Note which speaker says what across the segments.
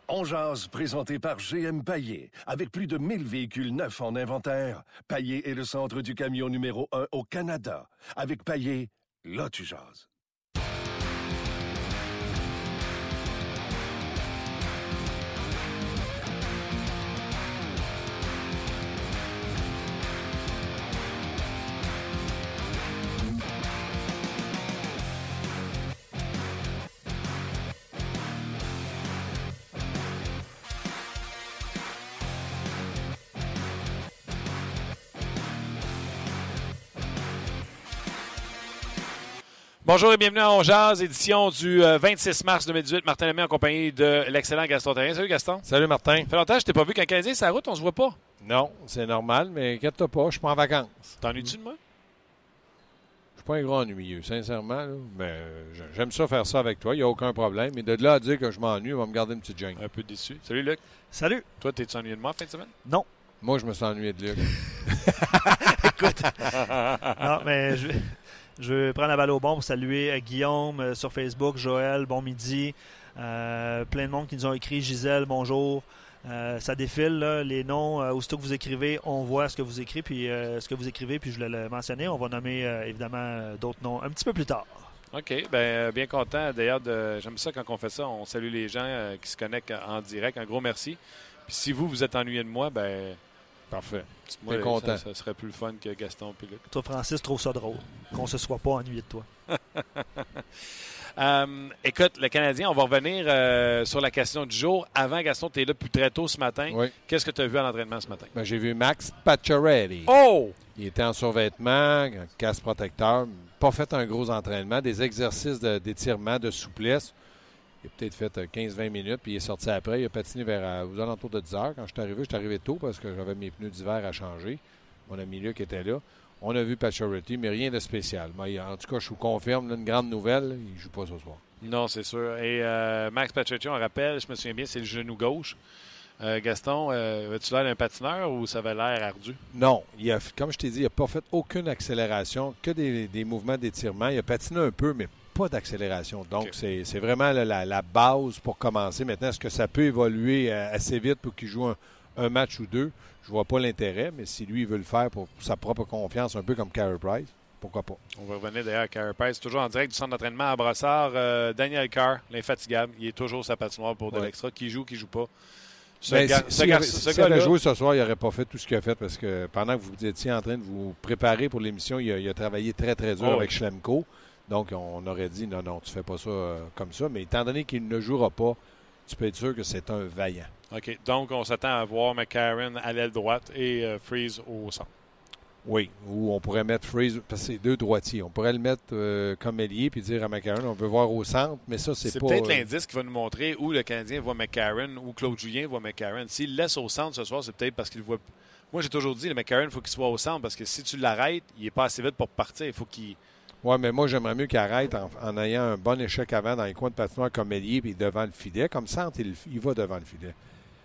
Speaker 1: On jase, présenté par GM Paillé. Avec plus de 1000 véhicules neufs en inventaire, Paillé est le centre du camion numéro 1 au Canada. Avec Paillé, là tu jases.
Speaker 2: Bonjour et bienvenue à On Jase, édition du 26 mars 2018. Martin Lemay en compagnie de l'excellent Gaston Terrien. Salut Gaston.
Speaker 3: Salut Martin.
Speaker 2: Ça fait longtemps que je t'ai pas vu. Quand le Canadien sur la route, on se voit pas.
Speaker 3: Non, c'est normal, mais inquiète-toi pas, je suis pas en vacances.
Speaker 2: T'ennuies-tu de moi?
Speaker 3: Je suis pas un gros ennuyeux, sincèrement. Là, mais j'aime ça faire ça avec toi, il n'y a aucun problème. Mais de là à dire que je m'ennuie, on va me garder une petite jungle.
Speaker 2: Un peu déçu. Salut Luc.
Speaker 4: Salut.
Speaker 2: Toi, t'es-tu ennuyé de moi en fin de semaine?
Speaker 4: Non.
Speaker 3: Moi, je me suis ennuyé de Luc.
Speaker 4: Écoute. Non, mais je veux prendre la balle au bon pour saluer Guillaume sur Facebook, Joël, bon midi. Plein de monde qui nous ont écrit. Gisèle, bonjour. Ça défile, là, les noms. Aussitôt que vous écrivez, on voit ce que vous écrivez, puis je l'ai mentionné. On va nommer évidemment d'autres noms un petit peu plus tard.
Speaker 2: OK. Bien content. D'ailleurs, j'aime ça quand on fait ça. On salue les gens qui se connectent en direct. Un gros merci. Puis si vous êtes ennuyé de moi,
Speaker 3: Parfait.
Speaker 2: moi,
Speaker 3: T'es content.
Speaker 2: Ça serait plus le fun que Gaston et Luc.
Speaker 4: Toi, Francis, trouve ça drôle qu'on se soit pas ennuyé de toi.
Speaker 2: Écoute, le Canadien, on va revenir sur la question du jour. Avant, Gaston, tu es là depuis très tôt ce matin.
Speaker 3: Oui.
Speaker 2: Qu'est-ce que tu as vu à l'entraînement ce matin?
Speaker 3: J'ai vu Max Pacioretty.
Speaker 2: Oh!
Speaker 3: Il était en survêtement, casque protecteur, pas fait un gros entraînement, des exercices d'étirement, de souplesse. Il a peut-être fait 15-20 minutes, puis il est sorti après. Il a patiné aux alentours de 10 heures. Quand je suis arrivé tôt parce que j'avais mes pneus d'hiver à changer. Mon ami Luc était là. On a vu Pacioretty, mais rien de spécial. Mais en tout cas, je vous confirme, là, une grande nouvelle, il ne joue pas ce soir.
Speaker 2: Non, c'est sûr. Et Max Pacioretty, on rappelle, je me souviens bien, c'est le genou gauche. Gaston, as-tu l'air d'un patineur ou ça avait l'air ardu?
Speaker 3: Non. Comme je t'ai dit, il n'a pas fait aucune accélération, que des mouvements d'étirement. Il a patiné un peu, mais pas d'accélération. Donc,
Speaker 2: okay.
Speaker 3: C'est vraiment la base pour commencer. Maintenant, est-ce que ça peut évoluer assez vite pour qu'il joue un match ou deux? Je vois pas l'intérêt, mais si lui, il veut le faire pour sa propre confiance, un peu comme Carey Price, pourquoi pas?
Speaker 2: On va revenir d'ailleurs à Carey Price, toujours en direct du centre d'entraînement à Brossard. Daniel Carr, l'infatigable, il est toujours sa patinoire pour de l'extra. Qui joue pas.
Speaker 3: S'il avait joué ce soir, il n'aurait pas fait tout ce qu'il a fait parce que pendant que vous étiez en train de vous préparer pour l'émission, il a travaillé très, très dur avec Schlemko. Donc, on aurait dit, non, tu fais pas ça comme ça. Mais étant donné qu'il ne jouera pas, tu peux être sûr que c'est un vaillant.
Speaker 2: OK. Donc, on s'attend à voir McCarron à l'aile droite et Freeze au centre.
Speaker 3: Oui. Ou on pourrait mettre Freeze, parce que c'est deux droitiers. On pourrait le mettre comme ailier puis dire à McCarron, on veut voir au centre, mais ça, c'est pas...
Speaker 2: C'est peut-être l'indice qui va nous montrer où le Canadien voit McCarron ou Claude Julien voit McCarron. S'il laisse au centre ce soir, c'est peut-être parce qu'il voit... Moi, j'ai toujours dit, le McCarron, il faut qu'il soit au centre parce que si tu l'arrêtes, il n'est pas assez vite pour partir. Il faut qu'il...
Speaker 3: Oui, mais moi, j'aimerais mieux qu'il arrête en ayant un bon échec avant dans les coins de patinoire comme ailier puis devant le filet. Comme centre, il va devant le filet.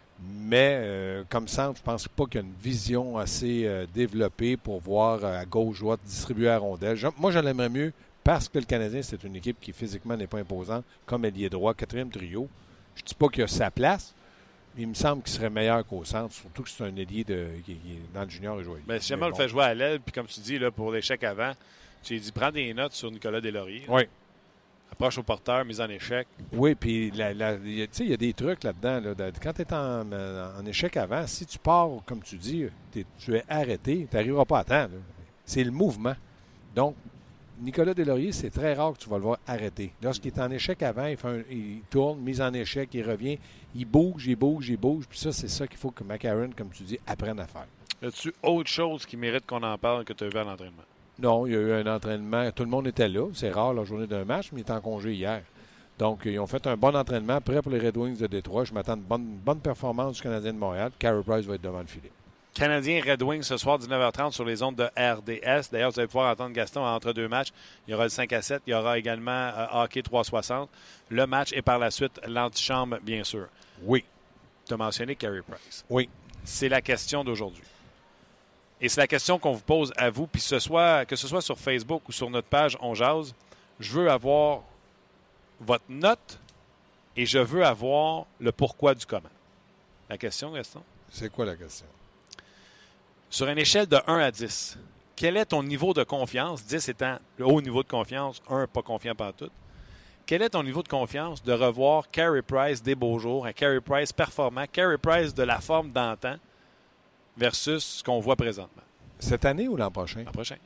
Speaker 3: Mais comme centre, je pense pas qu'il y a une vision assez développée pour voir à gauche-droite distribuer la rondelle. Moi, je l'aimerais mieux parce que le Canadien, c'est une équipe qui physiquement n'est pas imposante, comme ailier droit, 4e trio. Je ne dis pas qu'il a sa place, mais il me semble qu'il serait meilleur qu'au centre, surtout que c'est un ailier qui est dans le junior et joueur.
Speaker 2: Si jamais on le fait jouer à l'aile, puis comme tu dis, là, pour l'échec avant, tu lui dis, prends des notes sur Nicolas Deslauriers.
Speaker 3: Oui.
Speaker 2: Approche au porteur, mise en échec.
Speaker 3: Oui, puis il y a des trucs là-dedans. Là, quand tu es en échec avant, si tu pars, comme tu dis, tu es arrêté, tu n'arriveras pas à temps. Là. C'est le mouvement. Donc, Nicolas Deslauriers, c'est très rare que tu vas le voir arrêter. Lorsqu'il est en échec avant, il tourne, mise en échec, il revient, il bouge. Puis ça, c'est ça qu'il faut que McCarron, comme tu dis, apprenne à faire.
Speaker 2: As-tu autre chose qui mérite qu'on en parle que tu as vu à l'entraînement?
Speaker 3: Non, il y a eu un entraînement. Tout le monde était là. C'est rare la journée d'un match, mais il est en congé hier. Donc, ils ont fait un bon entraînement, prêt pour les Red Wings de Détroit. Je m'attends à une bonne performance du Canadien de Montréal. Carey Price va être devant le filet.
Speaker 2: Canadien Red Wings ce soir, 19h30 sur les ondes de RDS. D'ailleurs, vous allez pouvoir entendre Gaston entre deux matchs. Il y aura le 5-7. Il y aura également Hockey 360. Le match et par la suite l'antichambre, bien sûr.
Speaker 3: Oui.
Speaker 2: Tu as mentionné Carey Price.
Speaker 3: Oui.
Speaker 2: C'est la question d'aujourd'hui. Et c'est la question qu'on vous pose à vous. Puis que ce soit sur Facebook ou sur notre page On Jase, je veux avoir votre note et je veux avoir le pourquoi du comment. La question, Gaston?
Speaker 3: C'est quoi la question?
Speaker 2: Sur une échelle de 1 à 10, quel est ton niveau de confiance, 10 étant le haut niveau de confiance, 1 pas confiant pantoute, quel est ton niveau de confiance de revoir Carey Price des beaux jours, un Carey Price performant, Carey Price de la forme d'antan versus ce qu'on voit présentement?
Speaker 3: Cette année ou l'an prochain?
Speaker 2: L'an prochain.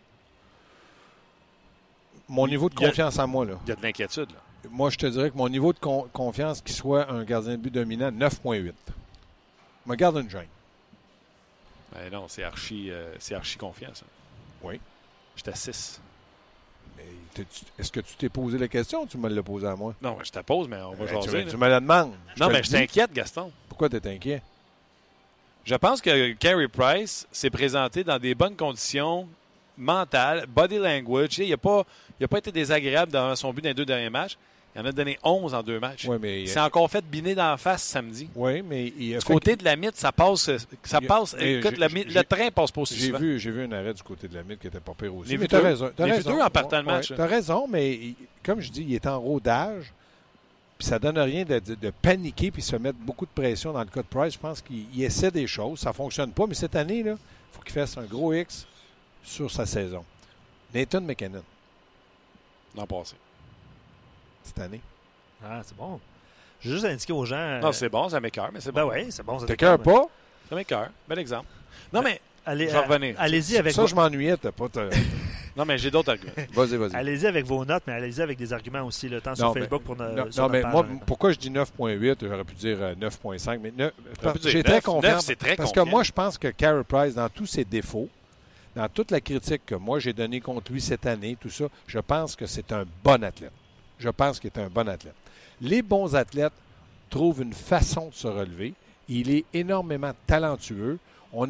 Speaker 3: Mon niveau de confiance en moi, là.
Speaker 2: Il y a de l'inquiétude, là.
Speaker 3: Moi, je te dirais que mon niveau de confiance qu'il soit un gardien de but dominant, 9,8. Me garde une gêne.
Speaker 2: Ben non, c'est archi confiant, ça.
Speaker 3: Oui.
Speaker 2: J'étais à 6.
Speaker 3: Mais est-ce que tu t'es posé la question ou tu me l'as posée à moi?
Speaker 2: Non, je te pose, mais on va jaser.
Speaker 3: Tu me la demandes.
Speaker 2: Non, mais je t'inquiète, Gaston.
Speaker 3: Pourquoi tu es inquiet?
Speaker 2: Je pense que Carey Price s'est présenté dans des bonnes conditions mentales, body language. Il n'a pas été désagréable dans son but dans les 2 derniers matchs. Il en a donné 11 en 2 matchs.
Speaker 3: Oui, mais
Speaker 2: il s'est encore fait biner dans la face samedi.
Speaker 3: Oui, mais
Speaker 2: du côté de la mythe, ça passe. Écoute, le train passe pas aussi souvent.
Speaker 3: J'ai vu un arrêt du côté de la mythe qui était pas pire aussi.
Speaker 2: Mais
Speaker 3: tu as raison.
Speaker 2: J'ai vu 2 en partant le match.
Speaker 3: Tu as raison, mais comme je dis, il est en rodage. Puis ça donne rien de paniquer puis se mettre beaucoup de pression dans le cas de Price. Je pense qu'il essaie des choses. Ça ne fonctionne pas. Mais cette année, il faut qu'il fasse un gros X sur sa saison. Nathan McKinnon.
Speaker 2: L'an passé.
Speaker 3: Cette année.
Speaker 4: Ah, c'est bon. J'ai juste indiqué aux gens...
Speaker 2: Non, c'est bon, ça m'écoeure, mais c'est bon.
Speaker 4: Ben oui, c'est bon. Ça
Speaker 3: t'écoeure pas?
Speaker 2: Ça m'écoeure. Bel exemple. Non, mais... je vais revenir.
Speaker 4: Allez-y avec
Speaker 3: ça, je m'ennuyais. T'as pas...
Speaker 2: Non, mais j'ai d'autres arguments.
Speaker 3: Vas-y.
Speaker 4: Allez-y avec vos notes, mais allez-y avec des arguments aussi, le temps sur Facebook pour
Speaker 3: Non, mais moi, pourquoi je dis 9,8? J'aurais pu dire 9,5, mais j'ai très confiance. Parce que moi, je pense que Carey Price, dans tous ses défauts, dans toute la critique que moi j'ai donnée contre lui cette année, tout ça, je pense que c'est un bon athlète. Je pense qu'il est un bon athlète. Les bons athlètes trouvent une façon de se relever. Il est énormément talentueux. On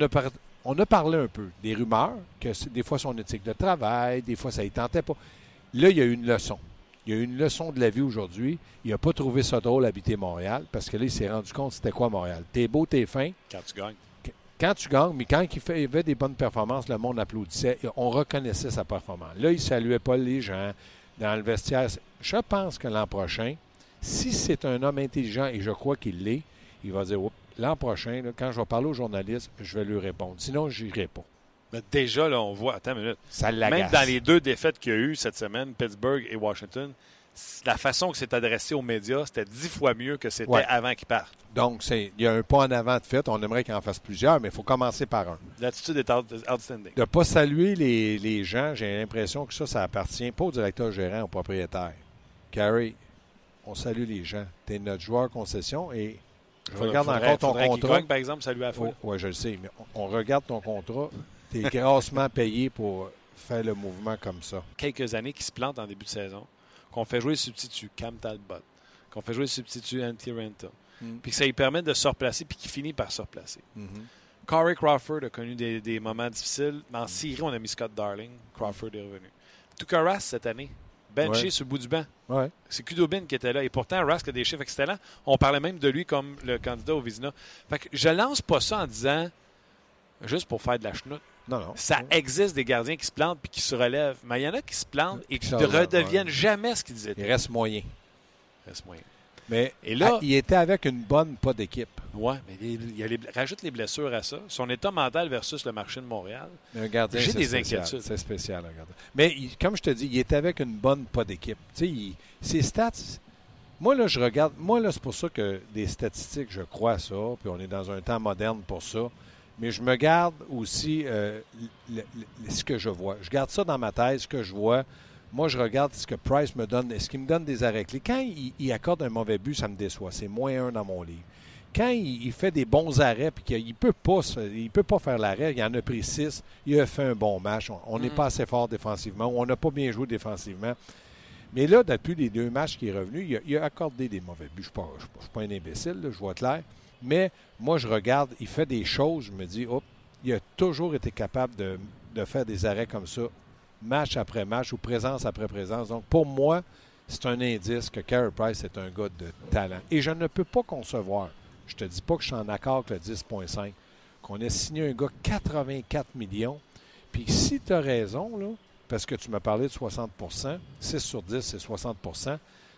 Speaker 3: a parlé un peu des rumeurs, que des fois son éthique de travail, des fois ça ne tentait pas. Là, il y a eu une leçon. Il y a eu une leçon de la vie aujourd'hui. Il n'a pas trouvé ça drôle d'habiter Montréal parce que là, il s'est rendu compte c'était quoi Montréal. T'es beau, t'es fin.
Speaker 2: Quand tu gagnes.
Speaker 3: Quand tu gagnes, mais quand il avait des bonnes performances, le monde applaudissait. On reconnaissait sa performance. Là, il ne saluait pas les gens dans le vestiaire. Je pense que l'an prochain, si c'est un homme intelligent, et je crois qu'il l'est, il va dire l'an prochain, là, quand je vais parler aux journalistes, je vais lui répondre. Sinon, je n'irai pas.
Speaker 2: Mais déjà, là, on voit... Attends une minute.
Speaker 3: Ça l'agace.
Speaker 2: Même dans les 2 défaites qu'il y a eu cette semaine, Pittsburgh et Washington, la façon que c'est adressé aux médias, c'était 10 fois mieux que c'était avant qu'ils partent.
Speaker 3: Donc, il y a un pas en avant de fait. On aimerait qu'il en fasse plusieurs, mais il faut commencer par un.
Speaker 2: L'attitude est outstanding.
Speaker 3: De ne pas saluer les gens, j'ai l'impression que ça appartient pas au directeur gérant, au propriétaire. Carey, on salue les gens. Tu es notre joueur concession et je regarde encore ton contrat.
Speaker 2: Par exemple, salut à la fois.
Speaker 3: Oui, je le sais, mais on regarde ton contrat. Tu es grassement payé pour faire le mouvement comme ça.
Speaker 2: Quelques années qui se plantent en début de saison, qu'on fait jouer le substitut Cam Talbot, qu'on fait jouer le substitut Antti Raanta, puis que ça lui permet de se replacer puis qu'il finit par se replacer. Corey Crawford a connu des moments difficiles. En série, on a mis Scott Darling. Crawford est revenu. Tuukka Rask cette année, benché sur le bout du banc.
Speaker 3: Ouais.
Speaker 2: C'est Kudobin qui était là. Et pourtant, Rask a des chiffres excellents. On parlait même de lui comme le candidat au Vizina. Fait que je lance pas ça en disant juste pour faire de la chenoute.
Speaker 3: Non.
Speaker 2: Ça existe des gardiens qui se plantent puis qui se relèvent. Mais il y en a qui se plantent et qui ne redeviennent jamais ce qu'ils disaient.
Speaker 3: Il reste moyen. Mais
Speaker 2: et là,
Speaker 3: il était avec une bonne pas d'équipe.
Speaker 2: Oui, mais rajoute les blessures à ça. Son état mental versus le marché de Montréal.
Speaker 3: Un gardien,
Speaker 2: j'ai des inquiétudes.
Speaker 3: C'est spécial, un gardien. Mais comme je te dis, il était avec une bonne pas d'équipe. Tu sais, ses stats... Moi, là, je regarde... Moi, là, c'est pour ça que des statistiques, je crois à ça, puis on est dans un temps moderne pour ça. Mais je me garde aussi ce que je vois. Je garde ça dans ma tête, ce que je vois. Moi, je regarde ce que Price me donne, ce qu'il me donne des arrêts clés. Quand il accorde un mauvais but, ça me déçoit. C'est -1 dans mon livre. Quand il fait des bons arrêts et qu'il ne peut pas faire l'arrêt, il en a pris 6, il a fait un bon match. On n'est pas assez fort défensivement, on n'a pas bien joué défensivement. Mais là, depuis les 2 matchs qu'il est revenu, il a accordé des mauvais buts. Je ne suis pas un imbécile, là, je vois clair. Mais moi, je regarde, il fait des choses, je me dis, il a toujours été capable de faire des arrêts comme ça, match après match ou présence après présence. Donc, pour moi, c'est un indice que Carey Price est un gars de talent. Et je ne peux pas concevoir, je te dis pas que je suis en accord avec le 10,5, qu'on ait signé un gars 84 millions. Puis si tu as raison, là, parce que tu m'as parlé de 60 6 sur 10, c'est 60 %,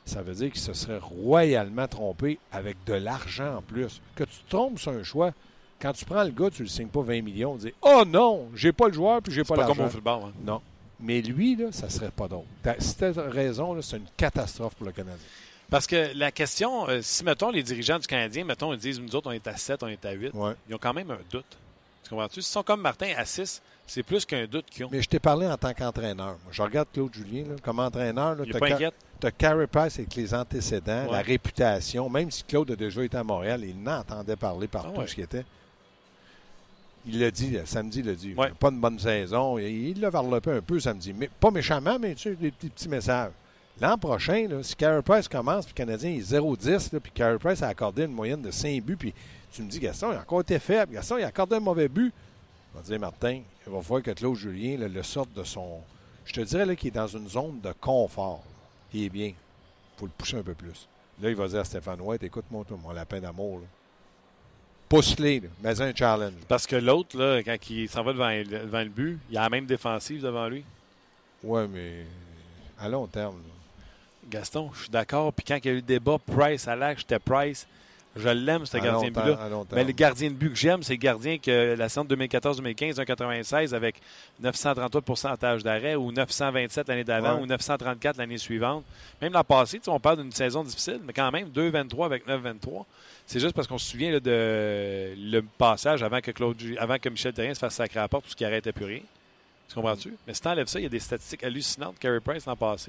Speaker 3: ça veut dire qu'il se serait royalement trompé avec de l'argent en plus. Que tu te trompes sur un choix, quand tu prends le gars, tu ne le signes pas 20 millions, tu dis « Oh non, j'ai pas le joueur puis j'ai pas l'argent. »
Speaker 2: C'est pas comme au football. Hein?
Speaker 3: Non. Mais lui, là, ça serait pas drôle. Si tu as raison, là, c'est une catastrophe pour le Canadien.
Speaker 2: Parce que la question, si, mettons, les dirigeants du Canadien, mettons, ils disent, nous autres, on est à 7, on est à 8, ils ont quand même un doute. Tu comprends-tu? S'ils sont comme Martin à 6, c'est plus qu'un doute qu'ils ont.
Speaker 3: Mais je t'ai parlé en tant qu'entraîneur. Moi, je regarde Claude Julien, là, comme entraîneur.
Speaker 2: Il n'est pas inquiète.
Speaker 3: Tu as Carey Price avec les antécédents, la réputation. Même si Claude a déjà été à Montréal, il n'entendait parler partout ce qui était. Il l'a dit, samedi, il l'a dit. Pas une bonne saison. Il l'a varlopé un peu samedi. Mais, pas méchamment, mais tu sais, des petits messages. L'an prochain, là, si Carey Price commence, puis le Canadien est 0-10, puis Carey Price a accordé une moyenne de 5 buts, puis tu me dis, Gaston, il a encore été faible. Gaston, il a accordé un mauvais but. On va dire, Martin, il va falloir que Claude Julien là, le sorte de son... Je te dirais qu'il est dans une zone de confort. Il est bien. Il faut le pousser un peu plus. Là, il va dire à Stéphane White, écoute-moi, mon lapin d'amour, là. Pousse-les, mais un challenge.
Speaker 2: Parce que l'autre, là, quand il s'en va devant le but, il a la même défensive devant lui.
Speaker 3: Oui, mais à long terme. Là.
Speaker 2: Gaston, je suis d'accord. Puis quand il y a eu le débat Price à l'acte, j'étais Price. Je l'aime, ce gardien de but-là. Mais le gardien de but que j'aime, c'est le gardien que la saison 2014-2015, 1,96 avec 933 % d'arrêt ou 927 l'année d'avant ou 934 l'année suivante. Même l'an passé, on parle d'une saison difficile, mais quand même 2,23 avec 9,23. C'est juste parce qu'on se souvient là, de le passage avant que Michel Therrien se fasse sacrer à la porte, tout ce qui arrêtait plus rien. Tu comprends-tu? Mais si tu enlèves ça, il y a des statistiques hallucinantes. Carey Price l'an passé.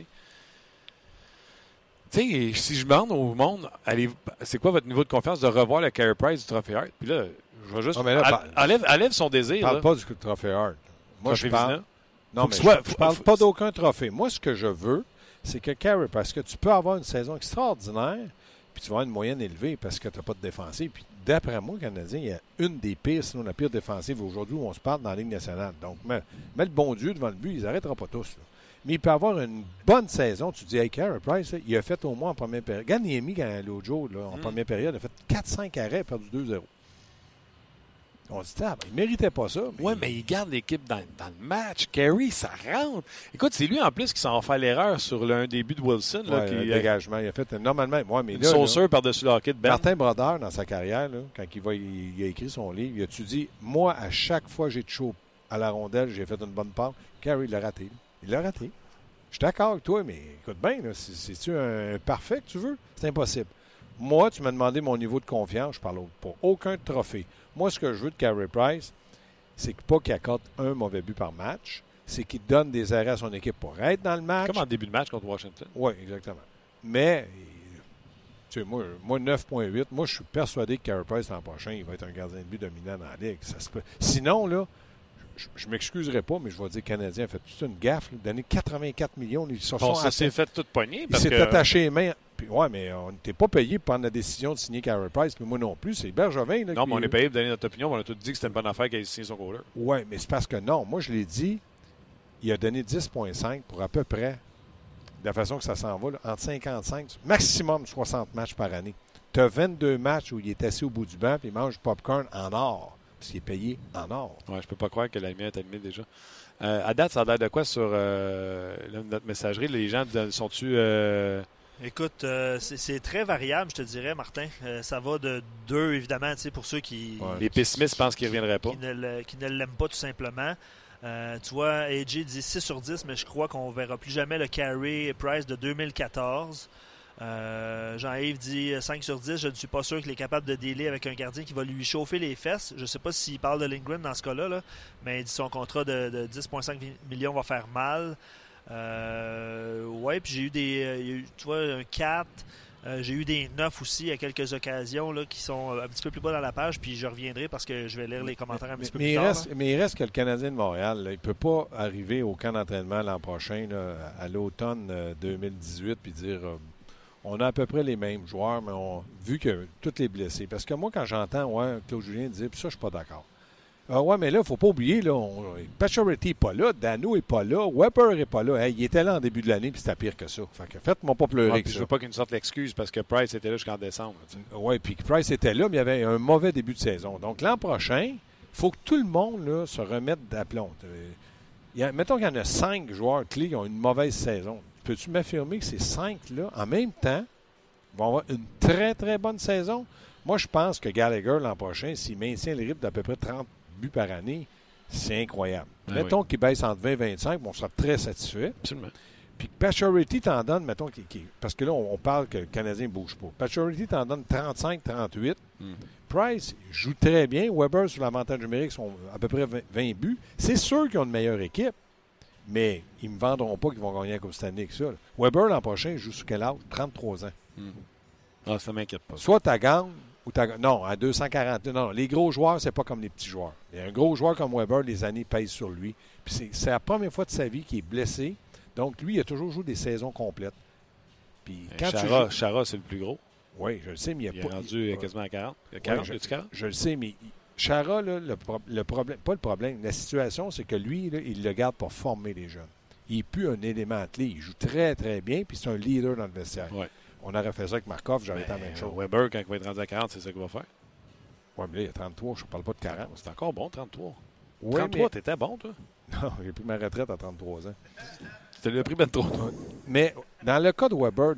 Speaker 2: Tu sais, si je demande au monde, c'est quoi votre niveau de confiance de revoir le Carey Price du Trophée Hart? Puis là, je vais juste... enlève son désir.
Speaker 3: Je ne parle pas du Trophée Hart. Moi, je parle... Non, mais je ne parle pas d'aucun trophée. Moi, ce que je veux, c'est que Carey Price, que tu peux avoir une saison extraordinaire, puis tu vas avoir une moyenne élevée parce que tu n'as pas de défensive. Puis d'après moi, le Canadien, il y a une des pires, sinon la pire défensive aujourd'hui où on se parle dans la Ligue nationale. Donc, mets le bon Dieu devant le but, ils n'arrêteront pas tous. Là. Mais il peut avoir une bonne saison. Tu dis, hey, Carey Price, là, il a fait au moins en première période. Gagniemi, l'autre jour, là, en première période, a fait 4-5 arrêts, perdu 2-0. On se dit, il ne méritait pas ça.
Speaker 2: Oui, mais il garde l'équipe dans le match. Carey, ça rentre. Écoute, c'est lui en plus qui s'en fait l'erreur sur un début de Wilson. Là,
Speaker 3: le dégagement. Il a fait normalement. Mais
Speaker 2: une sauceur par-dessus le hockey de Ben.
Speaker 3: Martin Brodeur, dans sa carrière, là, quand il a écrit son livre, il a-tu dit, moi, à chaque fois que j'ai de chaud à la rondelle, j'ai fait une bonne part. Carey, il l'a raté. Il l'a raté. Je suis d'accord avec toi, mais écoute bien, c'est-tu un parfait que tu veux? C'est impossible. Moi, tu m'as demandé mon niveau de confiance. Je parle pour aucun trophée. Moi, ce que je veux de Carey Price, c'est pas qu'il accorde un mauvais but par match, c'est qu'il donne des arrêts à son équipe pour être dans le match.
Speaker 2: Comme en début de match contre Washington.
Speaker 3: Oui, exactement. Mais, tu sais, moi 9,8, moi, je suis persuadé que Carey Price, l'an prochain, il va être un gardien de but dominant dans la Ligue. Ça se peut. Sinon, là, je m'excuserai pas, mais je vais dire que le Canadien a fait toute une gaffe, là, donné 84 millions.
Speaker 2: Ça s'est fait tout pogné.
Speaker 3: Il s'est attaché les mains. Oui, mais on n'était pas payé pour prendre la décision de signer Carey Price, mais moi non plus. C'est Bergevin. Là,
Speaker 2: non, mais on est payé pour donner notre opinion. On a tous dit que c'était une bonne affaire qu'il ait signé son goaler.
Speaker 3: Oui, mais c'est parce que non. Moi, je l'ai dit, il a donné 10,5 pour à peu près, de la façon que ça s'en va, là, entre 55, maximum 60 matchs par année. Tu as 22 matchs où il est assis au bout du banc et il mange du popcorn en or. Parce qu'il est payé en or.
Speaker 2: Oui, je peux pas croire que la mienne est allumée déjà. À date, ça a l'air de quoi sur notre messagerie? Les gens sont-tu...
Speaker 4: Écoute, c'est très variable, je te dirais, Martin. Ça va de 2, évidemment, pour ceux qui...
Speaker 2: Ouais. Les pessimistes pensent qu'il ne reviendrait pas.
Speaker 4: Qui ne l'aiment pas, tout simplement. Tu vois, AJ dit 6 sur 10, mais je crois qu'on ne verra plus jamais le Carey Price de 2014. Jean-Yves dit 5 sur 10. Je ne suis pas sûr qu'il est capable de dealer avec un gardien qui va lui chauffer les fesses. Je ne sais pas s'il parle de Lindgren dans ce cas-là, là, mais il dit son contrat de 10,5 millions va faire mal. Ouais, puis j'ai eu tu vois, un 4. J'ai eu des 9 aussi à quelques occasions là, qui sont un petit peu plus bas dans la page, puis je reviendrai parce que je vais lire les commentaires un petit peu plus tard.
Speaker 3: Mais il reste que le Canadien de Montréal, là, il ne peut pas arriver au camp d'entraînement l'an prochain, là, à l'automne 2018, puis dire on a à peu près les mêmes joueurs, mais vu que tous les blessés. Parce que moi, quand j'entends Claude Julien dire, puis ça, je suis pas d'accord. Ouais, mais là, il ne faut pas oublier, Pacioretty n'est pas là, Dano n'est pas là, Weber n'est pas là. Hey, il était là en début de l'année, puis c'était pire que ça. Fait que faites-moi pas pleurer que ça.
Speaker 2: Je veux pas qu'il nous sorte l'excuse parce que Price était là jusqu'en décembre.
Speaker 3: Oui, puis Price était là, mais il y avait un mauvais début de saison. Donc l'an prochain, il faut que tout le monde là, se remette d'aplomb. Mettons qu'il y en a 5 joueurs clés qui ont une mauvaise saison. peux-tu m'affirmer que ces 5-là, en même temps, vont avoir une très, très bonne saison? Moi, je pense que Gallagher, l'an prochain, s'il maintient le rythme d'à peu près 30 buts par année, c'est incroyable. Mettons qu'il baisse entre 20 et 25, on sera très satisfait.
Speaker 2: Absolument.
Speaker 3: Puis Pacioretty t'en donne, mettons, parce que là, on parle que le Canadien ne bouge pas. Pacioretty t'en donne 35, 38. Price joue très bien. Weber, sur l'avantage numérique, sont à peu près 20 buts. C'est sûr qu'ils ont une meilleure équipe, mais ils ne me vendront pas qu'ils vont gagner la Coupe Stanley avec ça. Là. Weber, l'an prochain, joue sous quel âge? 33 ans.
Speaker 2: Ah, ça ne m'inquiète pas.
Speaker 3: Soit tu gagnes, ou non, à 240. Non, les gros joueurs, c'est pas comme les petits joueurs. Il y a un gros joueur comme Weber, les années pèsent sur lui. Puis c'est la première fois de sa vie qu'il est blessé. Donc, lui, il a toujours joué des saisons complètes. Puis quand
Speaker 2: Chara, c'est le plus gros.
Speaker 3: Oui, je le sais, mais il
Speaker 2: est rendu quasiment à 40. 40,
Speaker 3: je le sais, mais Chara, là, le problème, pas le problème, la situation, c'est que lui, là, il le garde pour former les jeunes. Il n'est plus un élément clé. Il joue très, très bien, puis c'est un leader dans le vestiaire.
Speaker 2: Ouais.
Speaker 3: On aurait fait ça avec Markov, j'aurais été la même chose.
Speaker 2: Weber, quand il va être rendu à 40, c'est ça qu'il va faire.
Speaker 3: Oui, mais là, il y a 33, je ne parle pas de 40.
Speaker 2: C'est encore bon, 33.
Speaker 3: Oui,
Speaker 2: 33, t'étais bon, toi?
Speaker 3: Non, j'ai pris ma retraite à 33 ans.
Speaker 2: Tu l'as pris ben trop.
Speaker 3: Mais dans le cas de Weber,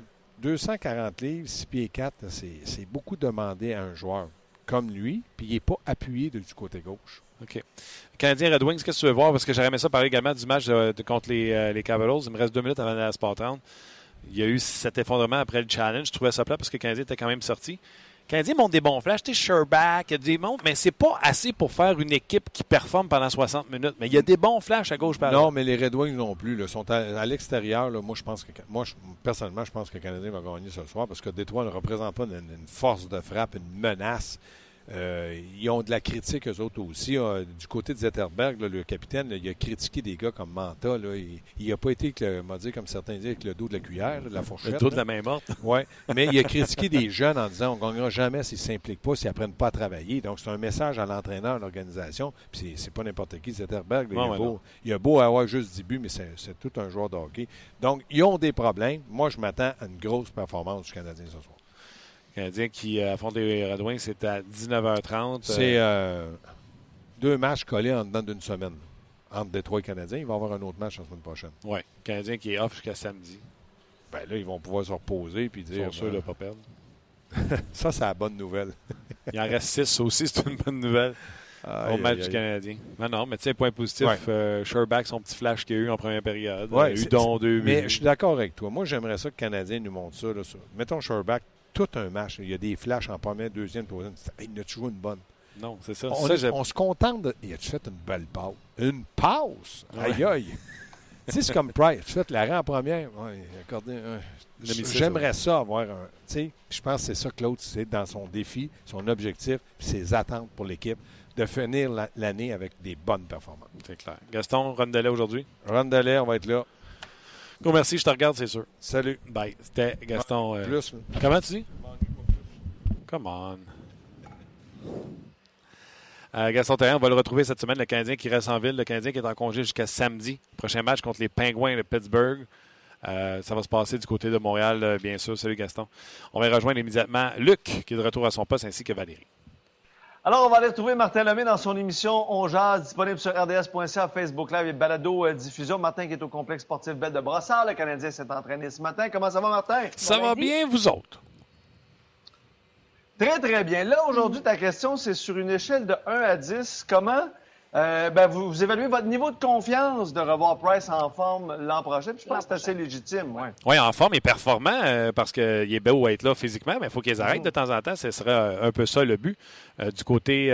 Speaker 3: 240 livres, 6 pieds 4, c'est beaucoup demandé à un joueur comme lui, puis il n'est pas appuyé du côté gauche.
Speaker 2: OK. Canadien Red Wings, qu'est-ce que tu veux voir? Parce que j'aurais aimé ça parler également du match contre les Capitals. Il me reste 2 minutes avant la Sport 30. Il y a eu cet effondrement après le challenge. Je trouvais ça plat parce que le Canadien était quand même sorti. Le Canadien monte des bons flashs. Tu sais, Sherbak, il y a des montres, mais c'est pas assez pour faire une équipe qui performe pendant 60 minutes. Mais il y a des bons flashs à gauche par là.
Speaker 3: Non, mais les Red Wings non plus. Ils sont à l'extérieur. Là, personnellement, je pense que le Canadien va gagner ce soir parce que Détroit ne représente pas une force de frappe, une menace. Ils ont de la critique, eux autres aussi. Du côté de Zetterberg, là, le capitaine, là, il a critiqué des gars comme Manta. Là, il n'a pas été, comme certains disent, avec le dos de la cuillère, là, de la fourchette.
Speaker 2: Le dos de la main morte.
Speaker 3: Oui, mais il a critiqué des jeunes en disant on ne gagnera jamais s'ils ne s'impliquent pas, s'ils n'apprennent pas à travailler. Donc, c'est un message à l'entraîneur, à l'organisation. Puis, c'est pas n'importe qui, Zetterberg. Là, il a beau avoir juste 10 buts, mais c'est tout un joueur de hockey. Donc, ils ont des problèmes. Moi, je m'attends à une grosse performance du Canadien ce soir.
Speaker 2: Le Canadien qui affronte les Red Wings, c'est à 19h30.
Speaker 3: C'est 2 matchs collés en dedans d'une semaine. Entre Détroit et Canadien, il va y avoir un autre match la semaine prochaine.
Speaker 2: Oui, le Canadien qui est off jusqu'à samedi.
Speaker 3: Bien là, ils vont pouvoir se reposer et dire...
Speaker 2: Ils sont sûrs de ne pas perdre.
Speaker 3: Ça, c'est la bonne nouvelle.
Speaker 2: Il en reste 6, ça aussi, c'est une bonne nouvelle. Au match du Canadien. Non, mais tu sais, point positif, Sherbak, son petit flash qu'il y a eu en première période. Hudon, 2
Speaker 3: mais je suis d'accord avec toi. Moi, j'aimerais ça que le Canadien nous montre ça. Mettons Sherbak, tout un match. Il y a des flashs en première, deuxième, troisième. Il a toujours une bonne.
Speaker 2: Non, c'est ça.
Speaker 3: On se contente de... Il a-tu fait une belle passe? Une passe? Aïe, aïe! Tu sais, c'est comme Price. Tu fais l'arrêt en première. J'aimerais ça avoir un... Tu sais, je pense que c'est ça, Claude, c'est dans son défi, son objectif, ses attentes pour l'équipe, de finir l'année avec des bonnes performances.
Speaker 2: C'est clair. Gaston, Rondelet aujourd'hui?
Speaker 3: Rondelet, on va être là.
Speaker 2: Gros merci, je te regarde, c'est sûr.
Speaker 3: Salut.
Speaker 2: Bye. C'était Gaston.
Speaker 3: Plus.
Speaker 2: Comment tu dis? Come on. Gaston Terrien, on va le retrouver cette semaine, le Canadien qui reste en ville, le Canadien qui est en congé jusqu'à samedi. Prochain match contre les Pingouins de Pittsburgh. Ça va se passer du côté de Montréal, bien sûr. Salut Gaston. On va rejoindre immédiatement Luc, qui est de retour à son poste, ainsi que Valérie.
Speaker 5: Alors, on va aller retrouver Martin Lemay dans son émission On Jase, disponible sur RDS.ca, Facebook Live et Balado-diffusion. Martin qui est au complexe sportif Belle de Brossard. Le Canadien s'est entraîné ce matin. Comment ça va, Martin?
Speaker 2: Ça va bien, vous autres?
Speaker 5: Très, très bien. Là, aujourd'hui, ta question, c'est sur une échelle de 1 à 10. Comment vous évaluez votre niveau de confiance de revoir Price en forme l'an prochain? Puis je pense que c'est assez légitime.
Speaker 2: Oui, en forme et performant, parce qu'il est beau à être là physiquement, mais il faut qu'ils arrêtent de temps en temps. Ce sera un peu ça le but du côté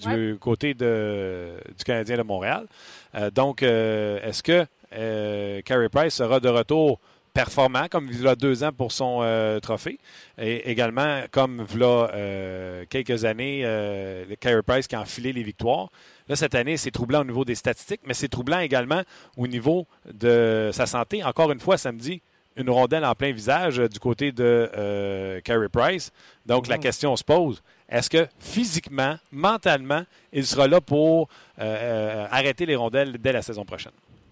Speaker 2: du Canadien de Montréal. Donc, est-ce que Carey Price sera de retour performant, comme il a 2 ans pour son trophée, et également comme il a quelques années, le Carey Price qui a enfilé les victoires. Là, cette année, c'est troublant au niveau des statistiques, mais c'est troublant également au niveau de sa santé. Encore une fois, samedi, une rondelle en plein visage du côté de Carey Price. Donc, la question se pose, est-ce que physiquement, mentalement, il sera là pour arrêter les rondelles dès la saison prochaine?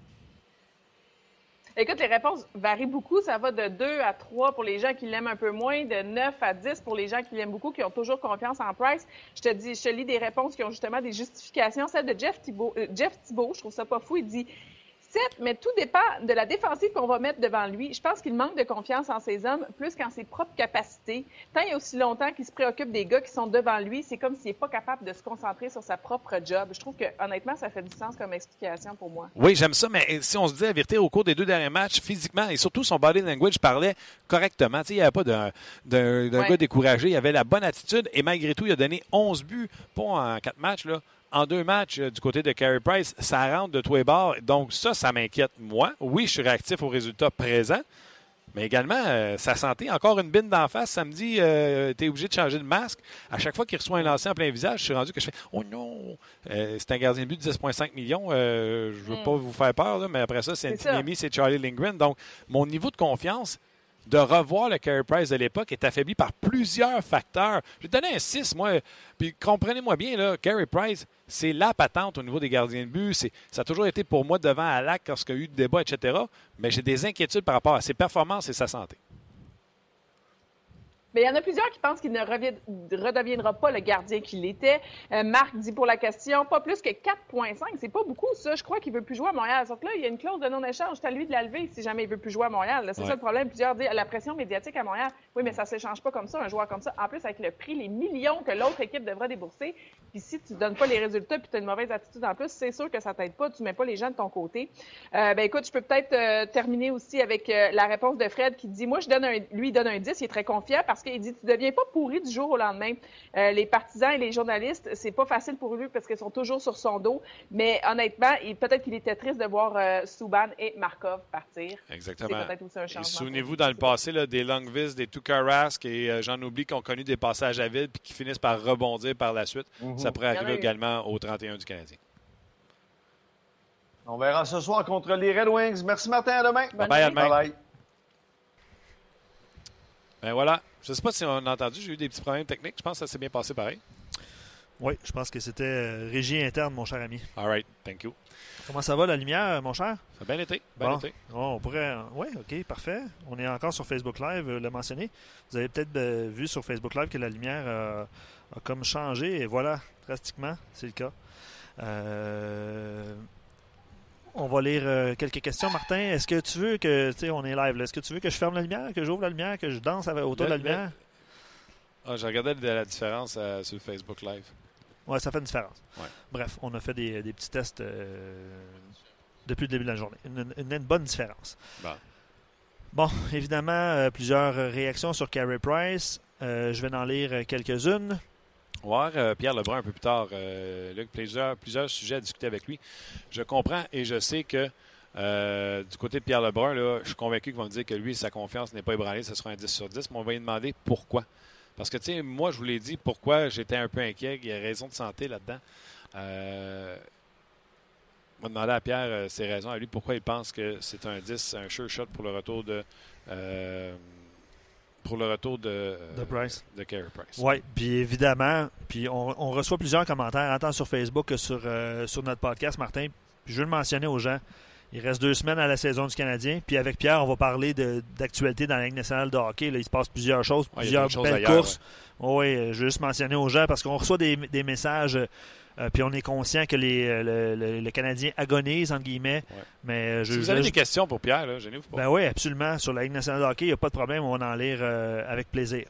Speaker 6: Écoute, les réponses varient beaucoup. Ça va de 2 à 3 pour les gens qui l'aiment un peu moins, de 9 à 10 pour les gens qui l'aiment beaucoup, qui ont toujours confiance en Price. Je te lis des réponses qui ont justement des justifications. Celle de Jeff Thibault, je trouve ça pas fou. Il dit mais tout dépend de la défensive qu'on va mettre devant lui. Je pense qu'il manque de confiance en ses hommes, plus qu'en ses propres capacités. Tant il y a aussi longtemps qu'il se préoccupe des gars qui sont devant lui, c'est comme s'il n'est pas capable de se concentrer sur sa propre job. Je trouve que, honnêtement, ça fait du sens comme explication pour moi.
Speaker 2: Oui, j'aime ça, mais si on se dit la vérité, au cours des 2 derniers matchs, physiquement et surtout son body language parlait correctement. Tu sais, il n'y avait pas d'un gars découragé. Il avait la bonne attitude et malgré tout, il a donné 11 buts, pas en 4 matchs, là. En 2 matchs du côté de Carey Price, ça rentre de tous les bords. Donc ça m'inquiète moi. Oui, je suis réactif aux résultats présents, mais également sa santé. Encore une bine d'en face. Samedi, tu es obligé de changer de masque. À chaque fois qu'il reçoit un lancer en plein visage, je suis rendu que je fais « Oh non! C'est un gardien de but de 10,5 millions. Je ne veux pas vous faire peur, là, mais après ça, c'est Anthony, c'est Charlie Lindgren. » Donc, mon niveau de confiance de revoir le Carey Price de l'époque est affaibli par plusieurs facteurs. Je vais te donner un 6, moi. Puis comprenez-moi bien, là, Carey Price, c'est la patente au niveau des gardiens de but. Ça a toujours été pour moi devant Halak lorsqu'il y a eu des débats, etc. Mais j'ai des inquiétudes par rapport à ses performances et sa santé.
Speaker 6: Mais il y en a plusieurs qui pensent qu'il ne redeviendra pas le gardien qu'il était. Marc dit pour la question, pas plus que 4,5. C'est pas beaucoup, ça. Je crois qu'il veut plus jouer à Montréal. Sauf que là, il y a une clause de non-échange. C'est à lui de la lever si jamais il veut plus jouer à Montréal. C'est ça le problème. Plusieurs disent la pression médiatique à Montréal. Oui, mais ça ne s'échange pas comme ça, un joueur comme ça. En plus, avec le prix, les millions que l'autre équipe devrait débourser. Puis si tu ne donnes pas les résultats puis tu as une mauvaise attitude en plus, c'est sûr que ça t'aide pas. Tu mets pas les gens de ton côté. Écoute, je peux peut-être terminer aussi avec la réponse de Fred qui dit, moi, lui, il donne un 10. Il est très confiant parce qu'il dit, tu deviens pas pourri du jour au lendemain. Les partisans et les journalistes, c'est pas facile pour eux parce qu'ils sont toujours sur son dos. Mais honnêtement, peut-être qu'il était triste de voir Subban et Markov partir.
Speaker 2: Exactement.
Speaker 6: C'est peut-être aussi un changement.
Speaker 2: Souvenez-vous, dans le passé, là, des Longvis, des Tuukka Rask et j'en oublie qui ont connu des passages à vide puis qui finissent par rebondir par la suite. Ça pourrait arriver également au 31 du Canadien.
Speaker 5: On verra ce soir contre les Red Wings. Merci Martin, à demain.
Speaker 2: Bye-bye. Ben voilà. Je ne sais pas si on a entendu, j'ai eu des petits problèmes techniques. Je pense que ça s'est bien passé pareil.
Speaker 4: Oui, je pense que c'était régie interne, mon cher ami.
Speaker 2: All right, thank you.
Speaker 4: Comment ça va, la lumière, mon cher?
Speaker 2: Ça a bien été.
Speaker 4: On pourrait... Oui, OK, parfait. On est encore sur Facebook Live, le mentionné. Vous avez peut-être vu sur Facebook Live que la lumière a comme changé. Et voilà, drastiquement, c'est le cas. On va lire quelques questions. Martin, est-ce que tu veux que, tu sais, on est live, là. Est-ce que tu veux que je ferme la lumière, que j'ouvre la lumière, que je danse autour de la lumière?
Speaker 2: Je regardais la différence sur Facebook Live.
Speaker 4: Oui, ça fait une différence.
Speaker 2: Ouais.
Speaker 4: Bref, on a fait des petits tests depuis le début de la journée. Une bonne différence. Bon, évidemment, plusieurs réactions sur Carey Price. Je vais en lire quelques-unes.
Speaker 2: On va voir Pierre Lebrun un peu plus tard. Luc, plusieurs sujets à discuter avec lui. Je comprends et je sais que du côté de Pierre Lebrun, là, je suis convaincu qu'il va me dire que lui, sa confiance n'est pas ébranlée. Ce sera un 10 sur 10. Mais on va lui demander pourquoi. Parce que, tu sais, moi, je vous l'ai dit, pourquoi j'étais un peu inquiet. Il y a raison de santé là-dedans. On va demander à Pierre ses raisons à lui, pourquoi il pense que c'est un 10, un sure shot pour le retour de
Speaker 4: Price.
Speaker 2: De Carey Price.
Speaker 4: Oui, puis évidemment, puis on reçoit plusieurs commentaires, tant sur Facebook que sur notre podcast, Martin. Puis je veux le mentionner aux gens. Il reste 2 semaines à la saison du Canadien. Puis avec Pierre, on va parler d'actualité dans la Ligue nationale de hockey. Là, il se passe plusieurs choses, plusieurs belles courses. Oui, je veux juste mentionner aux gens parce qu'on reçoit des messages. Puis on est conscient que le Canadien agonise, entre guillemets. Ouais. Mais
Speaker 2: si vous avez des questions pour Pierre, là, gênez-vous pas.
Speaker 4: Ben oui, absolument. Sur la Ligue nationale de hockey, il n'y a pas de problème. On va en lire avec plaisir.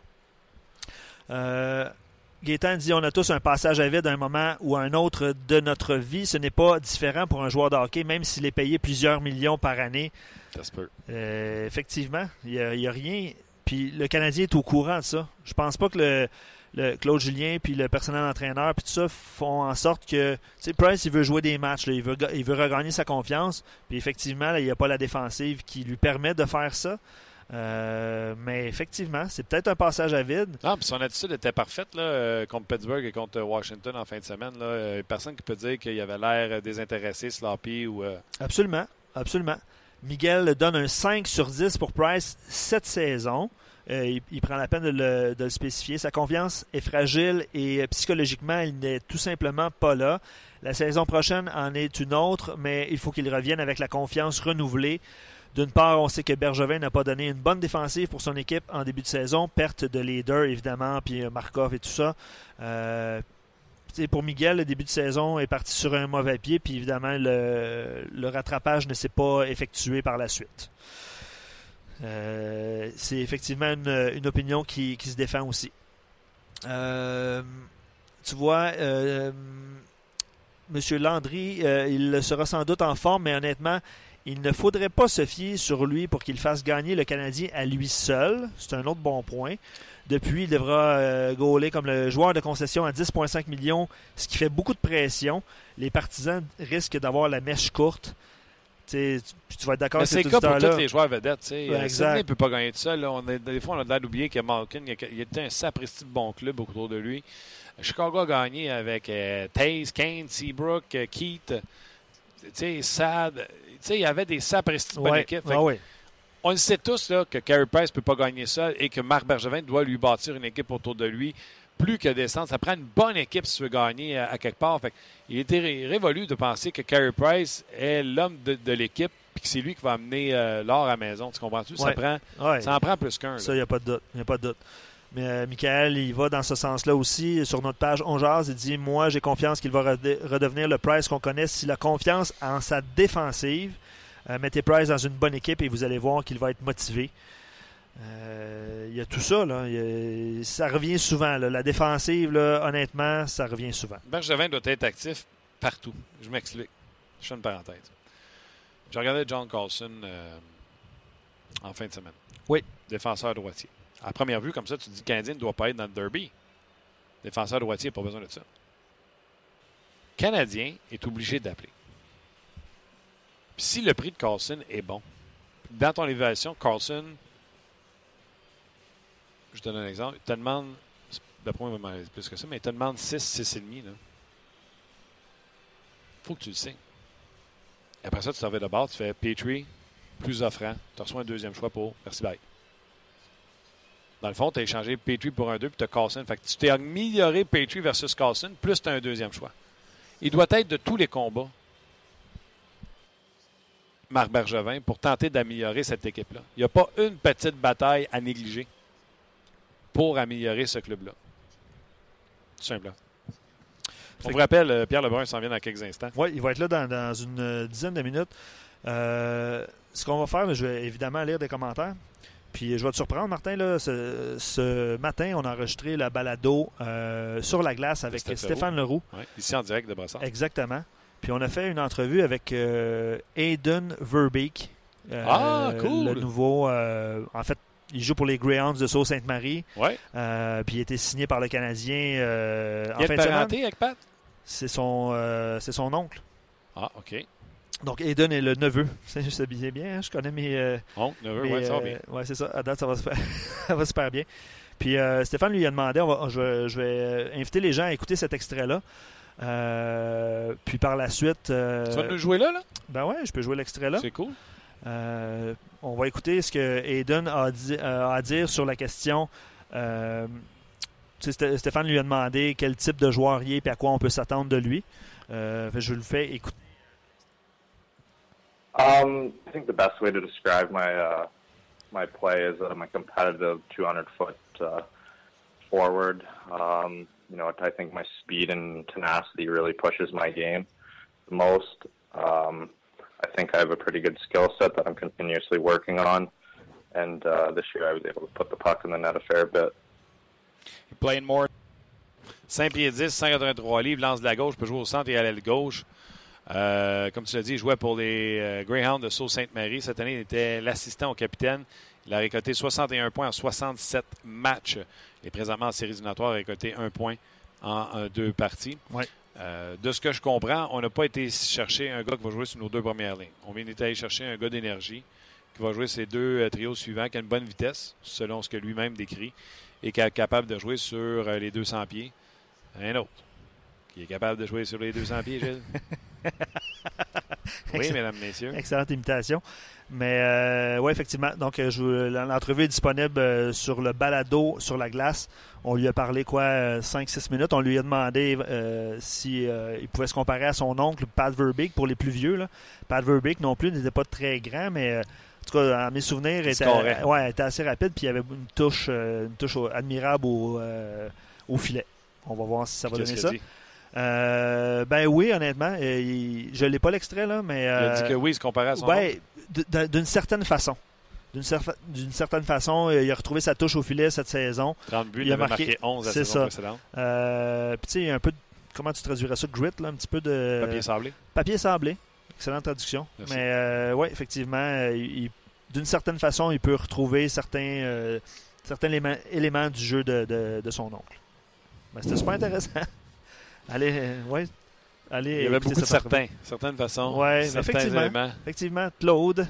Speaker 4: Gaétan dit, on a tous un passage à vide à un moment ou à un autre de notre vie. Ce n'est pas différent pour un joueur de hockey, même s'il est payé plusieurs millions par année.
Speaker 2: Ça se peut.
Speaker 4: Effectivement, il n'y a rien. Puis le Canadien est au courant de ça. Je pense pas que le Claude Julien puis le personnel entraîneur puis tout ça font en sorte que, tu sais, Price, il veut jouer des matchs, là, il veut regagner sa confiance. Puis effectivement, là, il n'y a pas la défensive qui lui permet de faire ça. Mais effectivement, c'est peut-être un passage à vide.
Speaker 2: Ah, puis son attitude était parfaite là, contre Pittsburgh et contre Washington en fin de semaine. Là. Personne qui peut dire qu'il avait l'air désintéressé, sloppy ou...
Speaker 4: Absolument, absolument. Miguel donne un 5 sur 10 pour Price cette saison. Il prend la peine de le spécifier. Sa confiance est fragile et psychologiquement, il n'est tout simplement pas là. La saison prochaine en est une autre, mais il faut qu'il revienne avec la confiance renouvelée. D'une part, on sait que Bergevin n'a pas donné une bonne défensive pour son équipe en début de saison. Perte de leader, évidemment, puis Markov et tout ça. pour Miguel, le début de saison est parti sur un mauvais pied, puis évidemment, le rattrapage ne s'est pas effectué par la suite. C'est effectivement une opinion qui se défend aussi. Tu vois, M. Landry, il sera sans doute en forme, mais honnêtement, il ne faudrait pas se fier sur lui pour qu'il fasse gagner le Canadien à lui seul. C'est un autre bon point. Depuis, il devra gauler comme le joueur de concession à 10,5 millions, ce qui fait beaucoup de pression. Les partisans risquent d'avoir la mèche courte. Tu vas être d'accord avec
Speaker 2: cet
Speaker 4: auditeur-là.
Speaker 2: C'est le cas pour tous les joueurs vedettes.
Speaker 4: Sidney
Speaker 2: ne peut pas gagner tout seul. Des fois, on a l'air d'oublier que Malkin, il était un sapristi de bon club autour de lui. Chicago a gagné avec Taze, Kane, Seabrook, Keith, Sad. Il y avait des sapristi de bonne équipe. On le sait tous là, que Carey Price ne peut pas gagner seul et que Marc Bergevin doit lui bâtir une équipe autour de lui. Plus que descendre, ça prend une bonne équipe si tu veux gagner à quelque part. Il était révolu de penser que Carey Price est l'homme de l'équipe et que c'est lui qui va amener l'or à la maison. Tu comprends-tu? Ça en prend plus qu'un.
Speaker 4: Ça, il n'y a pas de doute. Mais Michael, il va dans ce sens-là aussi. Sur notre page On Jase, il dit « Moi, j'ai confiance qu'il va redevenir le Price qu'on connaît s'il a confiance en sa défensive. Mettez Price dans une bonne équipe et vous allez voir qu'il va être motivé. » Il y a tout ça. Là. Ça revient souvent. Là. La défensive, là, honnêtement, ça revient souvent.
Speaker 2: Bergevin doit être actif partout. Je m'explique. Je fais une parenthèse. J'ai regardé John Carlson en fin de semaine.
Speaker 4: Oui.
Speaker 2: Défenseur droitier. À première vue, comme ça, tu te dis que le Canadien ne doit pas être dans le derby. Défenseur droitier, pas besoin de ça. Le Canadien est obligé d'appeler. Puis si le prix de Carlson est bon, dans ton évaluation, Carlson, je te donne un exemple, il te demande, d'après moi, il va m'en plus que ça, mais il te demande 6, 6,5. Il faut que tu le signes. Après ça, tu t'en vas de bord, tu fais Petrie, plus offrant, tu reçois un deuxième choix pour merci bye. Dans le fond, tu as échangé Petrie pour un 2 puis tu as Carlson. Fait que tu t'es amélioré Petrie versus Carlson, plus tu as un deuxième choix. Il doit être de tous les combats, Marc Bergevin, pour tenter d'améliorer cette équipe-là. Il n'y a pas une petite bataille à négliger pour améliorer ce club-là. Tout simplement. On vous rappelle, Pierre Lebrun s'en vient dans quelques instants.
Speaker 4: Oui, il va être là dans une dizaine de minutes. Ce qu'on va faire, je vais évidemment lire des commentaires. Puis je vais te surprendre, Martin. Là, ce matin, on a enregistré la balado sur la glace avec Stéphane Leroux.
Speaker 2: Oui, ici en direct de Brossard.
Speaker 4: Exactement. Puis on a fait une entrevue avec Aiden Verbeek.
Speaker 2: Cool!
Speaker 4: Le nouveau... en fait, il joue pour les Greyhounds de Sault-Sainte-Marie.
Speaker 2: Oui.
Speaker 4: Puis il a été signé par le Canadien en
Speaker 2: fin de semaine. Il est parenté avec Pat?
Speaker 4: C'est son oncle.
Speaker 2: Ah, OK.
Speaker 4: Donc, Aiden est le neveu. Je sais bien, je connais mes...
Speaker 2: Oncle, neveu, oui, ça va bien.
Speaker 4: Oui, c'est ça. À date, ça va super bien. Puis Stéphane lui a demandé, je vais inviter les gens à écouter cet extrait-là. Puis par la suite...
Speaker 2: Tu vas nous jouer là?
Speaker 4: Ben ouais, je peux jouer l'extrait là.
Speaker 2: C'est cool.
Speaker 4: On va écouter ce que Aiden a à dire sur la question. Stéphane lui a demandé quel type de joueur il est et à quoi on peut s'attendre de lui. Je le fais écouter.
Speaker 7: I think the best way to describe my play is that I'm a competitive 200-foot forward. I think my speed and tenacity really pushes my game the most. I think I have a pretty good skill set that I'm continuously working on. And this year I was able to put the puck in the net a fair bit.
Speaker 2: Playing more. 5 pieds 10, 183 livres, lance de la gauche, peut jouer au centre et à l'aile gauche. Comme tu l'as dit, il jouait pour les Greyhounds de Sault-Sainte-Marie. Cette année, il était l'assistant au capitaine. Il a récolté 61 points en 67 matchs. Il est présentement en série éliminatoire, il a récolté 1 point en 2 parties.
Speaker 4: Ouais.
Speaker 2: De ce que je comprends, on n'a pas été chercher un gars qui va jouer sur nos 2 premières lignes. On vient d'aller chercher un gars d'énergie qui va jouer ces 2 trios suivants, qui a une bonne vitesse, selon ce que lui-même décrit, et qui est capable de jouer sur les 200 pieds. Un autre qui est capable de jouer sur les 200 pieds, Gilles. Oui, mesdames, messieurs.
Speaker 4: Excellente imitation. Mais oui, effectivement. Donc, l'entrevue est disponible sur le balado sur la glace. On lui a parlé 5-6 minutes. On lui a demandé si il pouvait se comparer à son oncle, Pat Verbeek, pour les plus vieux. Là. Pat Verbeek non plus n'était pas très grand, mais en tout cas, dans mes souvenirs, était assez rapide. Puis il y avait une touche admirable au filet. On va voir si ça va donner ça. Ben oui, honnêtement. Je l'ai pas l'extrait, là, mais...
Speaker 2: Il a dit que oui, il se comparait à son nom.
Speaker 4: D'une certaine façon. D'une certaine façon, il a retrouvé sa touche au filet cette saison.
Speaker 2: 30 buts, il avait marqué 11 la saison précédente.
Speaker 4: Puis tu sais, un peu de, comment tu traduirais ça? Grit, là, un petit peu de...
Speaker 2: Papier sablé.
Speaker 4: Papier sablé. Excellente traduction. Merci. Mais oui, effectivement, d'une certaine façon, il peut retrouver certains éléments du jeu de son oncle. Ben, c'était super intéressant. Allez,
Speaker 2: il y avait beaucoup de certaines façons.
Speaker 4: Oui,
Speaker 2: effectivement.
Speaker 4: Effectivement, Claude.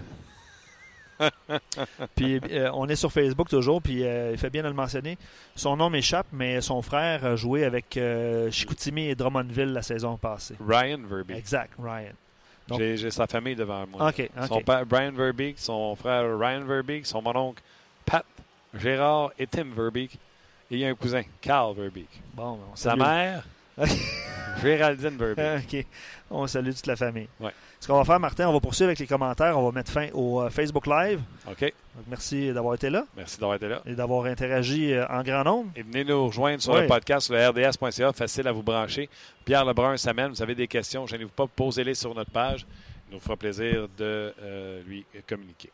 Speaker 4: Puis on est sur Facebook toujours, puis il fait bien de le mentionner. Son nom m'échappe, mais son frère a joué avec Chicoutimi et Drummondville la saison passée.
Speaker 2: Ryan Verbeek.
Speaker 4: Exact, Ryan. Donc,
Speaker 2: j'ai sa famille devant moi.
Speaker 4: OK.
Speaker 2: Son père, Brian Verbeek, son frère Ryan Verbeek, son mononcle Pat, Gérard et Tim Verbeek. Et il y a un cousin, Carl Verbeek.
Speaker 4: Bon,
Speaker 2: sa mère, Géraldine Verbeek.
Speaker 4: OK. On salue toute la famille.
Speaker 2: Ouais.
Speaker 4: Ce qu'on va faire, Martin, on va poursuivre avec les commentaires. On va mettre fin au Facebook Live.
Speaker 2: OK.
Speaker 4: Donc, merci d'avoir été là.
Speaker 2: Merci d'avoir été là.
Speaker 4: Et d'avoir interagi en grand nombre.
Speaker 2: Et venez nous rejoindre sur le podcast sur le rds.ca. Facile à vous brancher. Pierre Lebrun s'amène. Vous avez des questions, gênez-vous pas, posez-les sur notre page. Il nous fera plaisir de lui communiquer.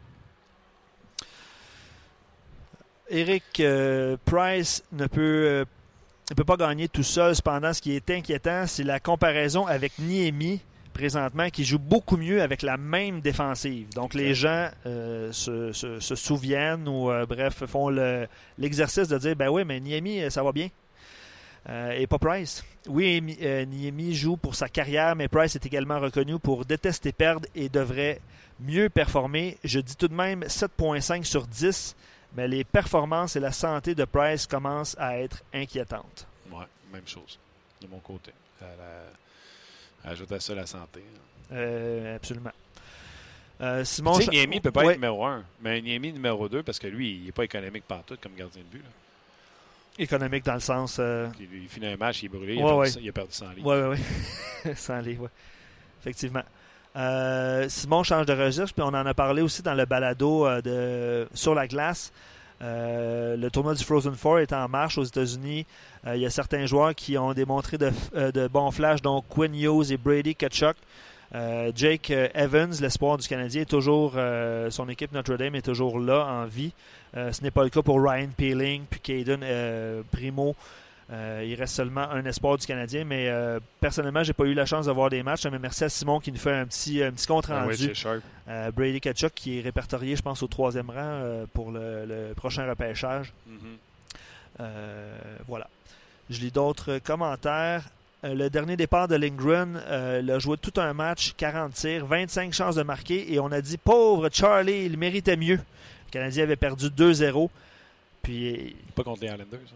Speaker 4: Eric Price ne peut pas gagner tout seul. Cependant, ce qui est inquiétant, c'est la comparaison avec Niemi présentement, qui joue beaucoup mieux avec la même défensive. Donc, les gens se souviennent ou, bref, font l'exercice de dire, ben oui, mais Niemi, ça va bien. Et pas Price. Oui, Niemi joue pour sa carrière, mais Price est également reconnu pour détester perdre et devrait mieux performer. Je dis tout de même 7,5 sur 10, mais les performances et la santé de Price commencent à être inquiétantes.
Speaker 2: Oui, même chose de mon côté. Ajoute à ça la santé.
Speaker 4: Absolument. Simon,
Speaker 2: tu sais, Niemi ne peut pas être numéro 1, mais Niemi numéro 2, parce que lui, il n'est pas économique pantoute comme gardien de but. Là.
Speaker 4: Économique dans le sens...
Speaker 2: Il finit un match, il est brûlé, il a perdu 100 livres.
Speaker 4: Oui. 100 livres, oui. Effectivement. Simon change de registre, puis on en a parlé aussi dans le balado sur la glace. Le tournoi du Frozen Four est en marche aux États-Unis. Il y a certains joueurs qui ont démontré de bons flashs, dont Quinn Hughes et Brady Tkachuk. Jake Evans, l'espoir du Canadien, est toujours, son équipe Notre-Dame est toujours là en vie. Ce n'est pas le cas pour Ryan Peeling puis Caden Primo. Il reste seulement un espoir du Canadien, mais personnellement, j'ai pas eu la chance de voir des matchs. Mais merci à Simon qui nous fait un petit compte rendu. Brady Tkachuk qui est répertorié, je pense, au 3e rang pour le prochain repêchage.
Speaker 2: Mm-hmm.
Speaker 4: Voilà. Je lis d'autres commentaires. Le dernier départ de Lindgren, il a joué tout un match, 40 tirs, 25 chances de marquer, et on a dit, pauvre Charlie, il méritait mieux. Le Canadien avait perdu 2-0. Puis,
Speaker 2: pas contre les Islanders, ça?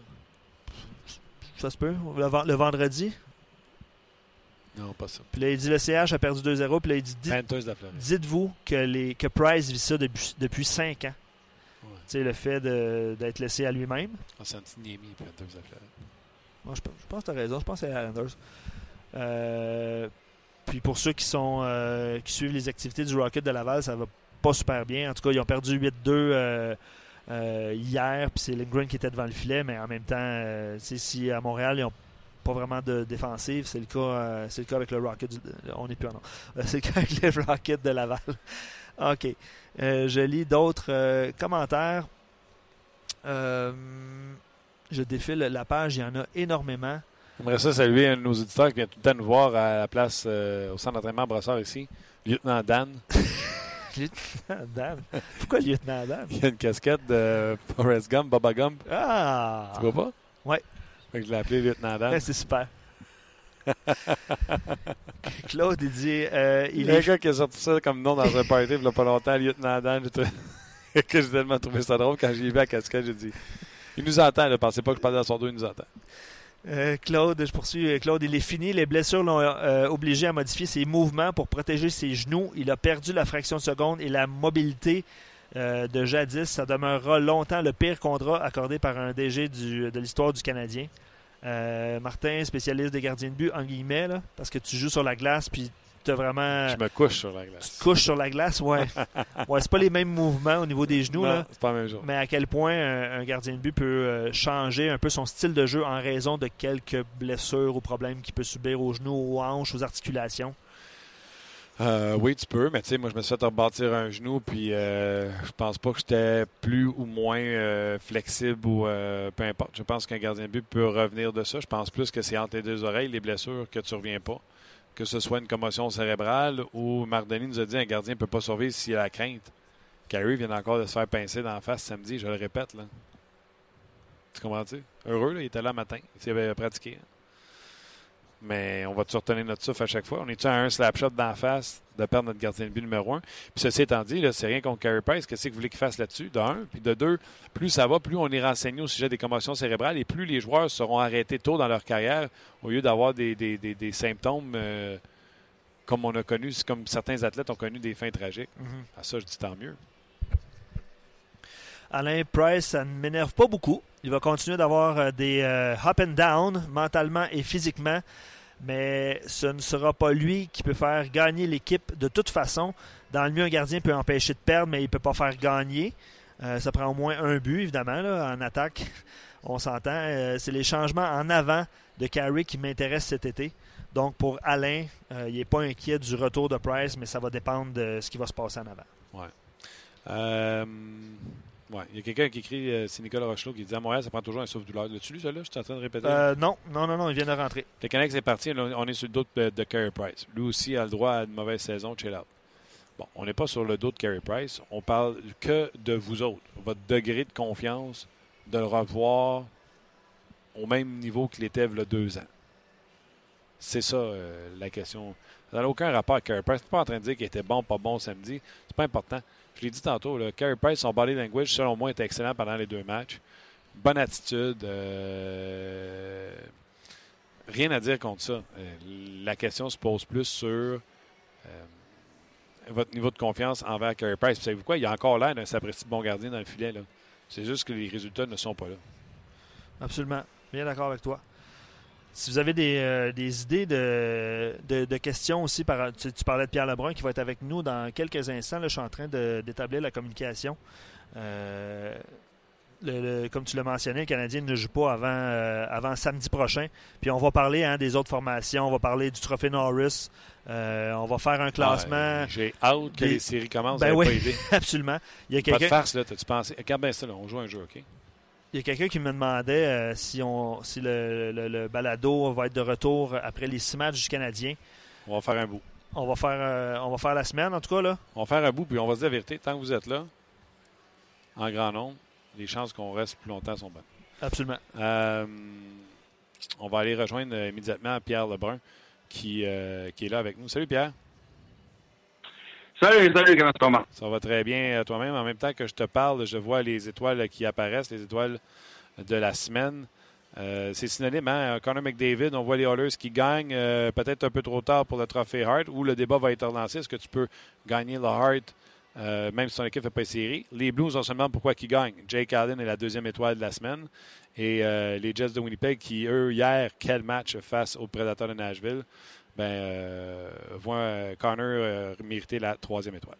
Speaker 4: Ça se peut. Le vendredi?
Speaker 2: Non, pas ça.
Speaker 4: Puis là, il dit le CH a perdu 2-0. Puis là, il dit dites-vous que Price vit ça depuis 5 ans. Ouais. Tu sais, le fait d'être laissé à lui-même.
Speaker 2: C'est Anti-Niemi, Panthers de Floride.
Speaker 4: Moi, je pense que tu as raison. Je pense que c'est Islanders. Puis pour ceux qui suivent les activités du Rocket de Laval, ça va pas super bien. En tout cas, ils ont perdu 8-2 hier, puis c'est Lindgren qui était devant le filet, mais en même temps, si à Montréal, ils n'ont pas vraiment de défensive, c'est le cas avec le Rocket. On n'est plus en nom. C'est le cas avec le Rocket de Laval. OK. Je lis d'autres commentaires. Je défile la page, il y en a énormément.
Speaker 2: J'aimerais ça saluer un de nos auditeurs qui vient tout le temps nous voir à la place au centre d'entraînement Brassard ici, Lieutenant Dan.
Speaker 4: Lieutenant Dan? Pourquoi Lieutenant Dan?
Speaker 2: Il y a une casquette de Forrest Gump, Bubba Gump.
Speaker 4: Ah!
Speaker 2: Tu vois pas?
Speaker 4: Oui.
Speaker 2: Fait que je l'ai appelé Lieutenant Dan.
Speaker 4: Ouais, c'est super. Claude, il dit...
Speaker 2: il y a un gars qui a sorti ça comme nom dans un party il n'y a pas longtemps, Lieutenant Dan. J'ai tellement trouvé ça drôle. Quand j'ai vu la casquette, j'ai dit... Il nous entend, ne pensez pas que je parle dans son dos, il nous entend.
Speaker 4: Claude, je poursuis. Claude, il est fini. Les blessures l'ont obligé à modifier ses mouvements pour protéger ses genoux. Il a perdu la fraction de seconde et la mobilité de jadis. Ça demeurera longtemps le pire contrat accordé par un DG de l'histoire du Canadien. Martin, spécialiste des gardiens de but, en guillemets, là, parce que tu joues sur la glace puis t'as vraiment...
Speaker 2: Je me couche sur la glace.
Speaker 4: Tu te couches sur la glace, ouais. Ouais, c'est pas les mêmes mouvements au niveau des genoux,
Speaker 2: non,
Speaker 4: là.
Speaker 2: c'est pas la même chose.
Speaker 4: Mais à quel point un gardien de but peut changer un peu son style de jeu en raison de quelques blessures ou problèmes qu'il peut subir aux genoux, aux hanches, aux articulations.
Speaker 2: Oui, tu peux, mais tu sais, moi, je me suis fait rebâtir un genou, puis je pense pas que j'étais plus ou moins flexible ou peu importe. Je pense qu'un gardien de but peut revenir de ça. Je pense plus que c'est entre les deux oreilles, les blessures, que tu reviens pas. Que ce soit une commotion cérébrale ou Marc Denis nous a dit un gardien ne peut pas survivre s'il a la crainte. Carey vient encore de se faire pincer d'en face samedi, je le répète. Là. Tu comprends-tu? Heureux, là, il était là matin, il avait pratiqué. Mais on va-tu retenir notre souffle à chaque fois? On est-tu à un slap shot d'en face de perdre notre gardien de but numéro 1? Puis ceci étant dit, là, c'est rien contre Carey Price. Qu'est-ce que vous voulez qu'il fasse là-dessus? De 1. Puis de 2, plus ça va, plus on est renseigné au sujet des commotions cérébrales et plus les joueurs seront arrêtés tôt dans leur carrière au lieu d'avoir des symptômes comme on a connu, comme certains athlètes ont connu des fins tragiques. À ça, je dis tant mieux.
Speaker 4: Alain Price, ça ne m'énerve pas beaucoup. Il va continuer d'avoir des up and down mentalement et physiquement, mais ce ne sera pas lui qui peut faire gagner l'équipe de toute façon. Dans le mieux, un gardien peut empêcher de perdre, mais il ne peut pas faire gagner. Ça prend au moins un but, évidemment, là, en attaque. On s'entend. C'est les changements en avant de Carey qui m'intéressent cet été. Donc, pour Alain, il n'est pas inquiet du retour de Price, mais ça va dépendre de ce qui va se passer en avant.
Speaker 2: Ouais. Ouais, il y a quelqu'un qui écrit, c'est Nicolas Rochelot, qui dit à Montréal, ça prend toujours un souffle-douleur. L'as-tu lu, ça là? Je suis en train de répéter.
Speaker 4: Non, il vient de rentrer.
Speaker 2: Le Canucks est parti, là, on est sur le dos de Carey Price. Lui aussi a le droit à une mauvaise saison, chill out. Bon, on n'est pas sur le dos de Carey Price. On parle que de vous autres. Votre degré de confiance de le revoir au même niveau qu'il était il y a 2 ans. C'est ça, la question. Ça n'a aucun rapport avec Carey Price. Tu n'es pas en train de dire qu'il était bon, pas bon samedi. C'est pas important. Je l'ai dit tantôt, là, Carey Price, son body language, selon moi, était excellent pendant les 2 matchs. Bonne attitude. Rien à dire contre ça. La question se pose plus sur votre niveau de confiance envers Carey Price. Vous savez quoi? Il a encore l'air d'un sapristi de bon gardien dans le filet. Là. C'est juste que les résultats ne sont pas là.
Speaker 4: Absolument. Bien d'accord avec toi. Si vous avez des idées de questions aussi, tu parlais de Pierre Lebrun qui va être avec nous dans quelques instants. Là, je suis en train d'établir la communication. Comme tu l'as mentionné, le Canadien ne joue pas avant samedi prochain. Puis on va parler des autres formations, on va parler du trophée Norris. On va faire un classement.
Speaker 2: J'ai hâte que les séries commencent.
Speaker 4: Ben oui, absolument. Il y a
Speaker 2: pas de farce, là, t'as-tu pensé? Regarde bien ça, là, on joue un jeu, OK?
Speaker 4: Il y a quelqu'un qui me demandait si le balado va être de retour après les 6 matchs du Canadien.
Speaker 2: On va faire un bout.
Speaker 4: On va faire la semaine, en tout cas. Là.
Speaker 2: On va faire un bout, puis on va se dire la vérité. Tant que vous êtes là, en grand nombre, les chances qu'on reste plus longtemps sont bonnes.
Speaker 4: Absolument.
Speaker 2: On va aller rejoindre immédiatement Pierre Lebrun, qui est là avec nous. Salut, Pierre.
Speaker 8: Salut, comment ça va?
Speaker 2: Ça va très bien toi-même. En même temps que je te parle, je vois les étoiles qui apparaissent, les étoiles de la semaine. C'est synonyme, hein? Connor McDavid, on voit les Oilers qui gagnent peut-être un peu trop tard pour le trophée Hart, où le débat va être relancé. Est-ce que tu peux gagner le Hart même si ton équipe ne fait pas de série? Les Blues, on se demande pourquoi ils gagnent. Jake Allen est la 2e étoile de la semaine. Et les Jets de Winnipeg qui, eux, hier, quel match face aux Prédateurs de Nashville, voient Connor mériter la 3e étoile.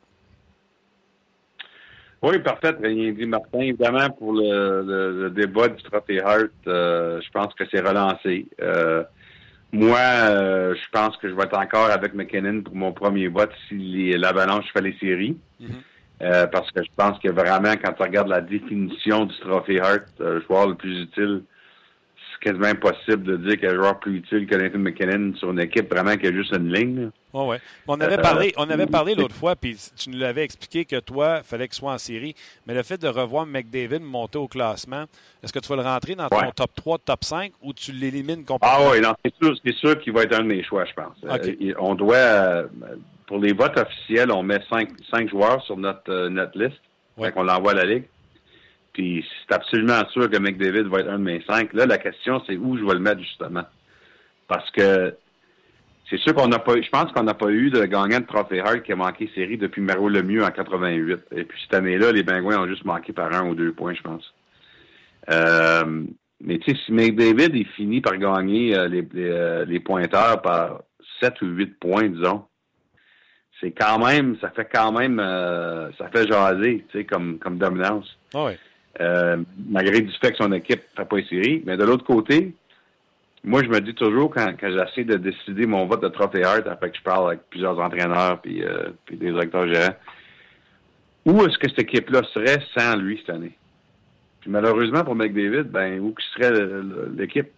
Speaker 8: Oui, parfait. Bien dit, Martin. Évidemment, pour le débat du trophée Hart, je pense que c'est relancé. Moi, je pense que je vais être encore avec McKinnon pour mon premier vote si l'Avalanche fait les séries. Mm-hmm. Parce que je pense que vraiment, quand tu regardes la définition du trophée Hart, le joueur le plus utile, c'est quasiment impossible de dire qu'il y a un joueur plus utile que Nathan McKinnon sur une équipe vraiment qui a juste une ligne.
Speaker 2: Oh ouais. On avait parlé l'autre fois, puis tu nous l'avais expliqué que toi, il fallait qu'il soit en série. Mais le fait de revoir McDavid monter au classement, est-ce que tu vas le rentrer dans ton top 3, top 5 ou tu l'élimines complètement?
Speaker 8: Ah oui, non, c'est sûr qu'il va être un de mes choix, je pense.
Speaker 2: Okay.
Speaker 8: On doit, pour les votes officiels, on met 5 joueurs sur notre liste. Ouais. Fait qu'on l'envoie à la Ligue. Puis c'est absolument sûr que McDavid va être un de mes 5. Là, la question, c'est où je vais le mettre, justement. Parce que c'est sûr qu'on n'a pas eu, je pense qu'on n'a pas eu de gagnant de trophée Hart qui a manqué série depuis Mario Lemieux en 88. Et puis cette année-là, les Pingouins ont juste manqué par 1 ou 2 points, je pense. Mais tu sais, si McDavid il finit par gagner les pointeurs par 7 ou 8 points, disons, c'est quand même, ça fait jaser, tu sais, comme dominance.
Speaker 2: Oh oui.
Speaker 8: Malgré du fait que son équipe ne fait pas les séries. Mais de l'autre côté, moi, je me dis toujours, quand j'essaie de décider mon vote de Trophée Hart, après que je parle avec plusieurs entraîneurs puis des directeurs gérants, où est-ce que cette équipe-là serait sans lui cette année? Puis malheureusement, pour McDavid, où serait l'équipe?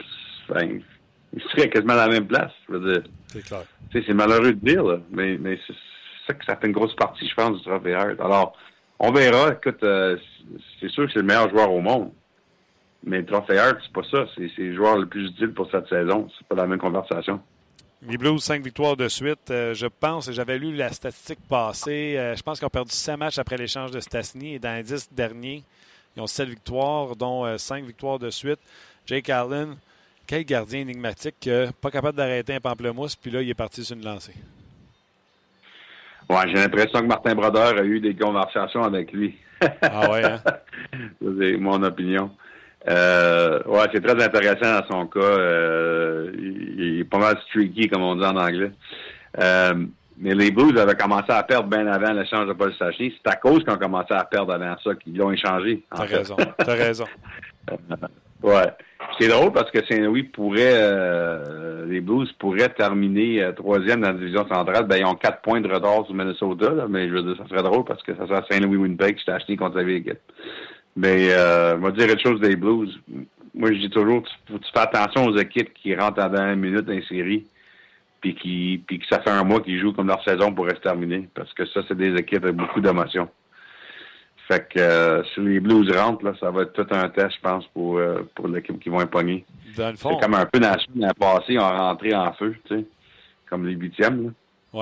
Speaker 8: Il serait quasiment à la même place. Je veux dire.
Speaker 2: C'est clair.
Speaker 8: Tu sais, c'est malheureux de dire, là, mais c'est ça que ça fait une grosse partie, je pense, du Trophée Hart. Alors, on verra. Écoute, c'est sûr que c'est le meilleur joueur au monde. Mais le Trophée Hart, c'est pas ça. C'est le joueur le plus utile pour cette saison. C'est pas la même conversation.
Speaker 2: Les Blues, 5 victoires de suite. Je pense, j'avais lu la statistique passée, je pense qu'ils ont perdu 5 matchs après l'échange de Stastny. Et dans les 10 derniers, ils ont 7 victoires, dont 5 victoires de suite. Jake Allen, quel gardien énigmatique, pas capable d'arrêter un pamplemousse, puis là, il est parti sur une lancée.
Speaker 8: Ouais, j'ai l'impression que Martin Brodeur a eu des conversations avec lui.
Speaker 2: Ah ouais, hein?
Speaker 8: C'est mon opinion. Ouais, c'est très intéressant dans son cas. Il est pas mal streaky, comme on dit en anglais. Mais les Blues avaient commencé à perdre bien avant l'échange de Paul Stastny. C'est à cause qu'ils ont commencé à perdre avant ça qu'ils l'ont échangé.
Speaker 2: T'as raison.
Speaker 8: Ouais. C'est drôle parce que Saint-Louis pourrait, les Blues pourraient terminer 3e dans la division centrale. Ils ont 4 points de retard sur Minnesota, là, mais je veux dire, ça serait drôle parce que ça serait Saint-Louis-Winnipeg, Stastny contre la vieille équipe. Mais, je vais dire une chose des Blues. Moi, je dis toujours, tu fais attention aux équipes qui rentrent à 20 minutes dans les séries, puis que ça fait un mois qu'ils jouent comme leur saison pourrait se terminer, parce que ça, c'est des équipes avec beaucoup d'émotions. Fait que si les Blues rentrent, là, ça va être tout un test, je pense, pour l'équipe qui vont impogner.
Speaker 2: Dans le fond.
Speaker 8: C'est comme un peu dans la passée, ils ont rentré en feu, tu sais, comme les 8e.
Speaker 2: Oui.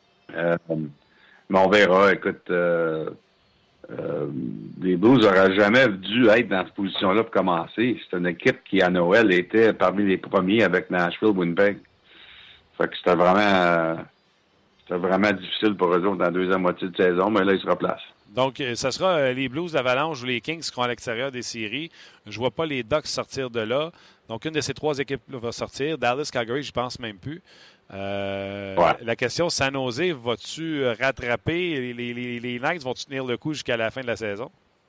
Speaker 8: Mais on verra. Écoute, les Blues n'auraient jamais dû être dans cette position-là pour commencer. C'est une équipe qui, à Noël, était parmi les premiers avec Nashville, Winnipeg. Fait que c'était vraiment difficile pour eux autres dans la deuxième moitié de saison, mais là, ils se replacent.
Speaker 2: Donc, ce sera les Blues, l'Avalanche ou les Kings qui seront à l'extérieur des séries. Je vois pas les Ducks sortir de là. Donc, une de ces 3 équipes-là va sortir. Dallas, Calgary, je pense même plus.
Speaker 8: Ouais.
Speaker 2: La question, San Jose, vas-tu rattraper? Les Knights vont-tu tenir le coup jusqu'à la fin de la saison?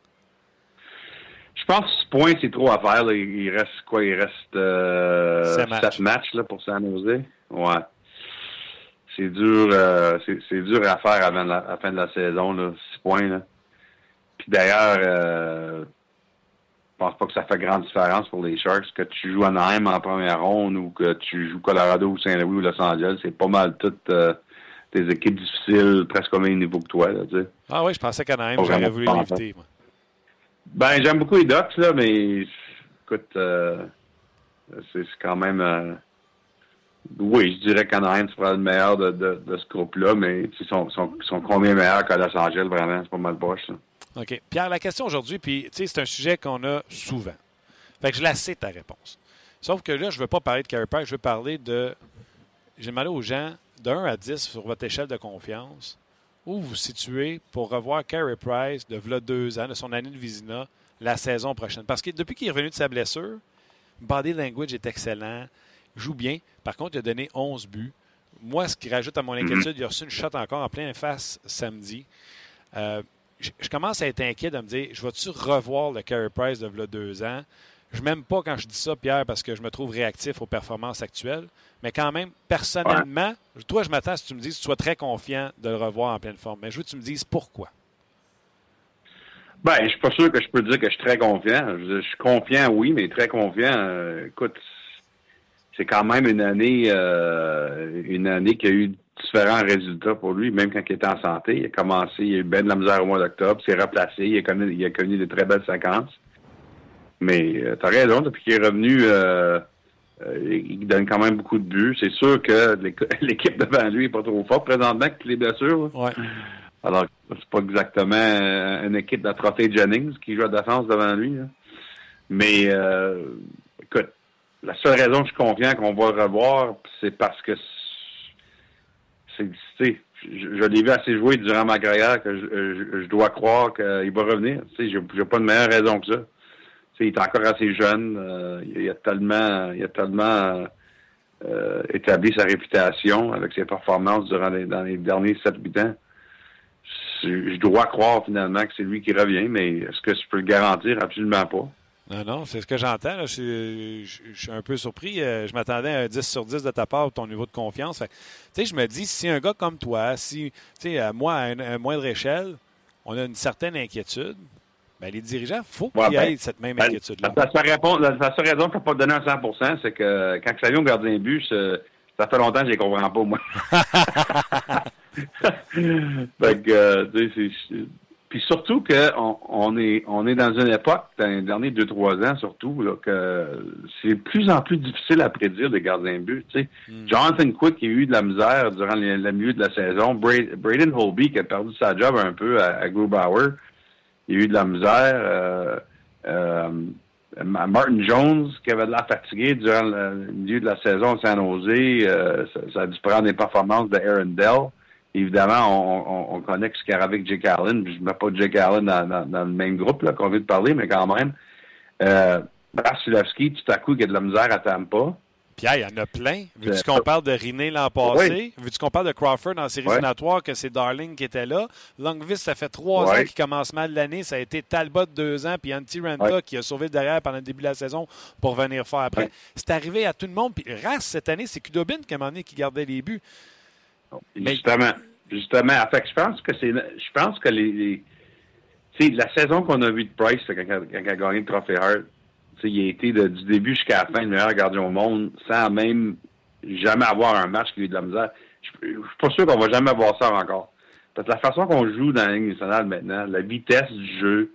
Speaker 8: Je pense que ce point, c'est trop à faire. Là. Il reste quoi? Il reste 7 matchs là, pour San Jose. Ouais. C'est dur à faire avant la fin de la saison, là, 6 points. Là. Puis d'ailleurs, je pense pas que ça fait grande différence pour les Sharks. Que tu joues Anaheim en première ronde ou que tu joues Colorado ou Saint-Louis ou Los Angeles, c'est pas mal toutes des équipes difficiles, presque au même niveau que toi. Là, tu sais.
Speaker 2: Ah oui, je pensais qu'Anaheim, j'aurais voulu l'éviter. Moi.
Speaker 8: J'aime beaucoup les Ducks, là, mais écoute, c'est quand même... oui, je dirais qu'Anaheim sera le meilleur de ce groupe-là, mais ils sont combien meilleurs qu'à Los Angeles, vraiment? C'est pas mal proche, ça.
Speaker 2: OK. Pierre, la question aujourd'hui, puis c'est un sujet qu'on a souvent. Fait que je la sais, ta réponse. Sauf que là, je ne veux pas parler de Carey Price, je veux parler de... J'ai demandé aux gens, de 1 à 10 sur votre échelle de confiance, où vous situez pour revoir Carey Price de 2 ans, de son année de Vizina, la saison prochaine. Parce que depuis qu'il est revenu de sa blessure, body language est excellent, joue bien. Par contre, il a donné 11 buts. Moi, ce qui rajoute à mon inquiétude, il a reçu une shot encore en plein face samedi. Je commence à être inquiet de me dire, je vais-tu revoir le Carey Price de 2 ans? Je m'aime pas quand je dis ça, Pierre, parce que je me trouve réactif aux performances actuelles. Mais quand même, personnellement, toi, je m'attends à ce que tu me dises que tu sois très confiant de le revoir en pleine forme. Mais je veux que tu me dises pourquoi.
Speaker 8: Je suis pas sûr que je peux dire que je suis très confiant. Je suis confiant, oui, mais très confiant. Écoute, c'est quand même une année qui a eu différents résultats pour lui, même quand il était en santé. Il a commencé, il a eu bien de la misère au mois d'octobre, s'est replacé, il a connu de très belles séquences. Mais t'as raison, depuis qu'il est revenu, il donne quand même beaucoup de buts. C'est sûr que l'équipe devant lui est pas trop forte présentement avec les blessures.
Speaker 2: Ouais.
Speaker 8: Alors, c'est pas exactement une équipe de Trophée Jennings qui joue à défense devant lui. Là. Mais écoute, la seule raison que je suis confiant qu'on va le revoir, c'est parce que je l'ai vu assez jouer durant ma carrière que je dois croire qu'il va revenir. J'ai pas de meilleure raison que ça. Il est encore assez jeune. Il y a tellement établi sa réputation avec ses performances dans les derniers 7-8 ans. Je dois croire finalement que c'est lui qui revient, mais est-ce que je peux le garantir? Absolument pas.
Speaker 2: Non, c'est ce que j'entends. Là. Je suis un peu surpris. Je m'attendais à un 10 sur 10 de ta part pour ton niveau de confiance. Fait, je me dis, si un gars comme toi, moi, à une moindre échelle, on a une certaine inquiétude, ben, les dirigeants, il faut qu'il y ait cette même inquiétude-là.
Speaker 8: La seule raison que je ne peux pas te donner à 100%, c'est que quand ça vient au gardien de but, ça fait longtemps que je ne les comprends pas, moi. Fait que, puis surtout qu'on est dans une époque, dans les derniers 2-3 ans surtout, là, que c'est de plus en plus difficile à prédire des gardiens de but. Jonathan Quick qui a eu de la misère durant le milieu de la saison. Braden Holtby qui a perdu sa job un peu à Grubauer. Il a eu de la misère. Martin Jones qui avait de la fatigué durant le milieu de la saison à San Jose. Ça a dû prendre des performances de Aaron Dell. Évidemment, on connaît ce qu'il y a avec Jake Allen. Je ne mets pas Jake Allen dans le même groupe là, qu'on vient de parler, mais quand même. Vasilevski, tout à coup, qui a de la misère à Tampa.
Speaker 2: Pierre, il y en a plein. Vu-tu qu'on parle de Rinné l'an passé? Oui. Vu-tu qu'on parle de Crawford dans la série éliminatoire, que c'est Darling qui était là? Lundqvist, ça fait 3 ans qu'il commence mal l'année. Ça a été Talbot 2 ans, puis Antti Ranta qui a sauvé le derrière pendant le début de la saison pour venir faire après. C'est arrivé à tout le monde. Puis Race, cette année, c'est Kudobin qui, à un moment donné, qui gardait les buts.
Speaker 8: Justement. En fait, je pense que la saison qu'on a vue de Price, quand il a gagné le Trophée Hart, il a été du début jusqu'à la fin le meilleur gardien au monde, sans même jamais avoir un match qui a eu de la misère. Je suis pas sûr qu'on va jamais avoir ça encore. Parce que la façon qu'on joue dans la Ligue nationale maintenant, la vitesse du jeu,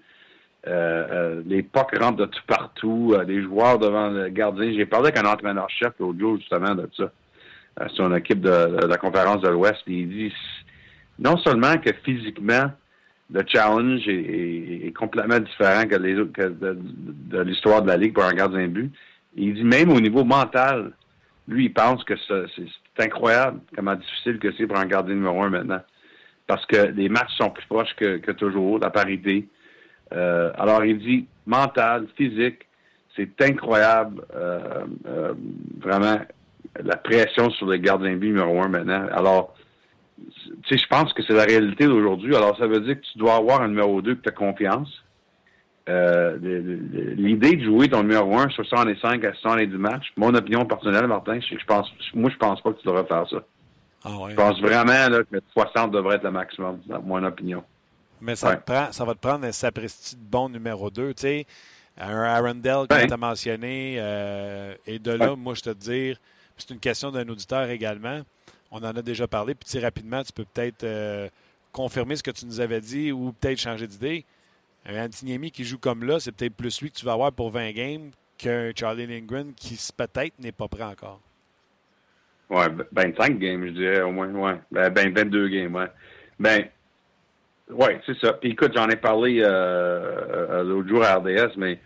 Speaker 8: les pucks rentrent de tout partout, les joueurs devant le gardien. J'ai parlé avec un entraîneur-chef l'autre jour, justement, de ça. C'est une équipe de la conférence de l'Ouest. Il dit non seulement que physiquement, le challenge est complètement différent que les autres de l'histoire de la Ligue pour un gardien de but. Il dit même au niveau mental, lui, il pense que c'est incroyable comment difficile que c'est pour un gardien numéro 1 maintenant. Parce que les matchs sont plus proches que toujours, la parité. Alors, il dit mental, physique, c'est incroyable, vraiment, la pression sur les gardiens de but numéro 1 maintenant. Alors, tu sais, je pense que c'est la réalité d'aujourd'hui. Alors, ça veut dire que tu dois avoir un numéro 2 que tu as confiance. L'idée de jouer ton numéro 1 sur 65 à 70 matchs, mon opinion personnelle, Martin, je pense pas que tu devrais faire ça.
Speaker 2: Ah ouais.
Speaker 8: Je pense vraiment là, que 60 devrait être le maximum, dans mon opinion.
Speaker 2: Mais ça va te prendre un sapristi de bon numéro 2, tu sais. Un Arundel que tu as mentionné. Et de là, moi, je te dire, c'est une question d'un auditeur également. On en a déjà parlé, puis rapidement, tu peux peut-être confirmer ce que tu nous avais dit ou peut-être changer d'idée. Un Antiniemi qui joue comme là, c'est peut-être plus lui que tu vas avoir pour 20 games qu'un Charlie Lindgren qui peut-être n'est pas prêt encore.
Speaker 8: Oui, 25 games, je dirais au moins. Ouais. 22 games, oui, c'est ça. Puis écoute, j'en ai parlé l'autre jour à RDS, mais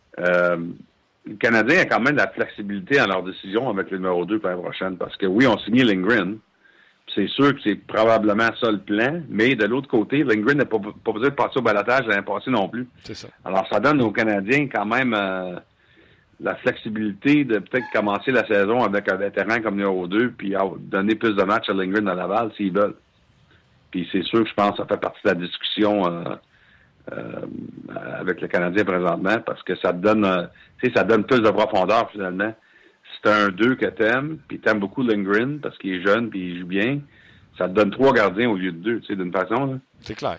Speaker 8: le Canadien a quand même de la flexibilité dans leur décision avec le numéro 2 pour l'année prochaine. Parce que oui, on signe Lindgren. C'est sûr que c'est probablement ça le plan. Mais de l'autre côté, Lindgren n'a pas besoin de passer au balotage l'année passée non plus.
Speaker 2: C'est ça.
Speaker 8: Alors, ça donne aux Canadiens quand même la flexibilité de peut-être commencer la saison avec un vétéran comme numéro 2 puis donner plus de matchs à Lindgren dans Laval s'ils veulent. Puis c'est sûr que je pense que ça fait partie de la discussion avec le Canadien présentement parce que ça te donne ça donne plus de profondeur finalement. Si t'as un 2 que t'aimes, puis t'aimes beaucoup Lindgren parce qu'il est jeune puis il joue bien, ça te donne 3 gardiens au lieu de 2, tu sais, d'une façon. Là.
Speaker 2: C'est clair.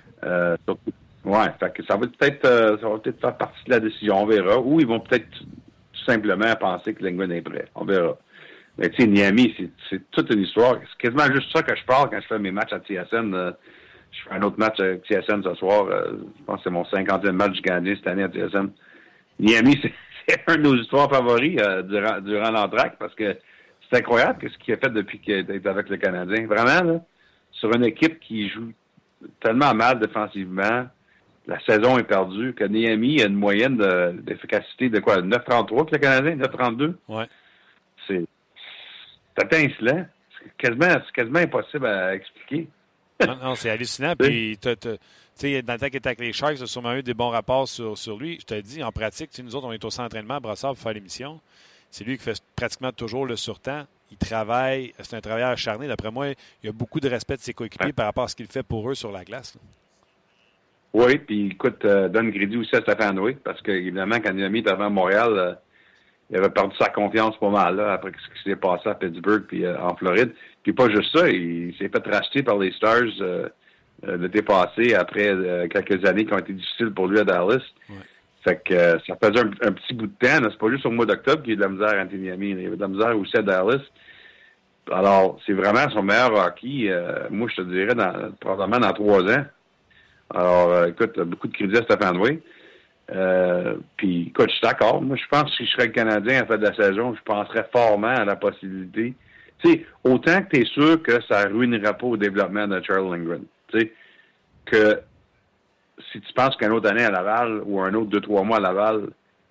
Speaker 8: Fait que ça va peut-être faire partie de la décision, on verra. Ou ils vont peut-être tout simplement penser que Lindgren est prêt. On verra. Mais tu sais, Niami, c'est toute une histoire. C'est quasiment juste ça que je parle quand je fais mes matchs à TSN. Je fais un autre match à TSN ce soir. Je pense que c'est mon 50e match du Canadien cette année à TSN. Niami, c'est un de nos histoires favoris durant l'entraque parce que c'est incroyable ce qu'il a fait depuis qu'il est avec le Canadien. Vraiment, là, sur une équipe qui joue tellement mal défensivement, la saison est perdue, que Niami a une moyenne d'efficacité de quoi? 9,33 que le Canadien? 9,32?
Speaker 2: Ouais.
Speaker 8: C'est étincelant. C'est quasiment impossible à expliquer.
Speaker 2: Non, c'est hallucinant. Puis, tu sais, dans le temps qu'il était avec les Sharks, il a sûrement eu des bons rapports sur lui. Je te dis, en pratique, nous autres, on est au centre d'entraînement à Brossard pour faire l'émission. c'est lui qui fait pratiquement toujours le surtemps. Il travaille, c'est un travailleur acharné. D'après moi, il a beaucoup de respect de ses coéquipiers par rapport à ce qu'il fait pour eux sur la glace. Là.
Speaker 8: Oui, puis écoute, donne crédit aussi à Stéphane Way, parce que évidemment, quand il a mis avant Montréal, il avait perdu sa confiance pas mal là, après ce qui s'est passé à Pittsburgh puis en Floride. Puis pas juste ça, il s'est fait racheter par les Stars l'été passé après quelques années qui ont été difficiles pour lui à Dallas. Ouais. Fait que ça faisait un petit bout de temps. Là. C'est pas juste au mois d'octobre qu'il y a eu de la misère à Antiniami. Il y avait de la misère aussi à Dallas. Alors, c'est vraiment son meilleur hockey. Moi, je te dirais, probablement dans 3 ans. Alors, écoute, beaucoup de crédit à Stéphane Way. Puis, écoute, je suis d'accord. Moi, je pense que si je serais le Canadien à la fin de la saison, je penserais fortement à la possibilité. Tu sais, autant que tu es sûr que ça ruinera pas au développement de Charles Lindgren. Tu sais, que si tu penses qu'une autre année à Laval ou un autre 2-3 mois à Laval,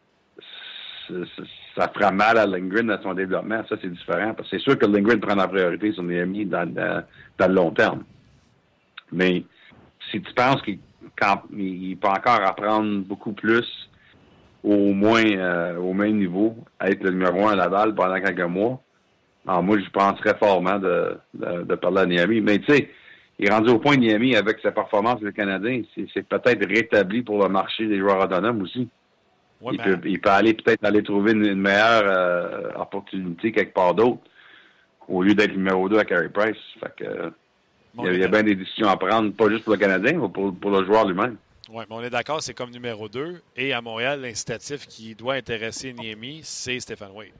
Speaker 8: ça fera mal à Lindgren dans son développement, ça, c'est différent. Parce que c'est sûr que Lindgren prend la priorité sur les amis dans le long terme. Mais si tu penses qu'il peut encore apprendre beaucoup plus, au moins au même niveau, à être le numéro 1 à Laval pendant quelques mois, alors moi, je penserais fortement de parler à Niami. Mais tu sais, il est rendu au point Niami avec sa performance le Canadien. C'est peut-être rétabli pour le marché des joueurs autonomes aussi. Ouais, il peut peut-être aller trouver une meilleure opportunité quelque part d'autre au lieu d'être numéro 2 à Carey Price. Fait que il y a bien des décisions à prendre, pas juste pour le Canadien, mais pour le joueur lui-même.
Speaker 2: Oui, mais on est d'accord, c'est comme numéro 2. Et à Montréal, l'incitatif qui doit intéresser Niemi, c'est Stéphane Way.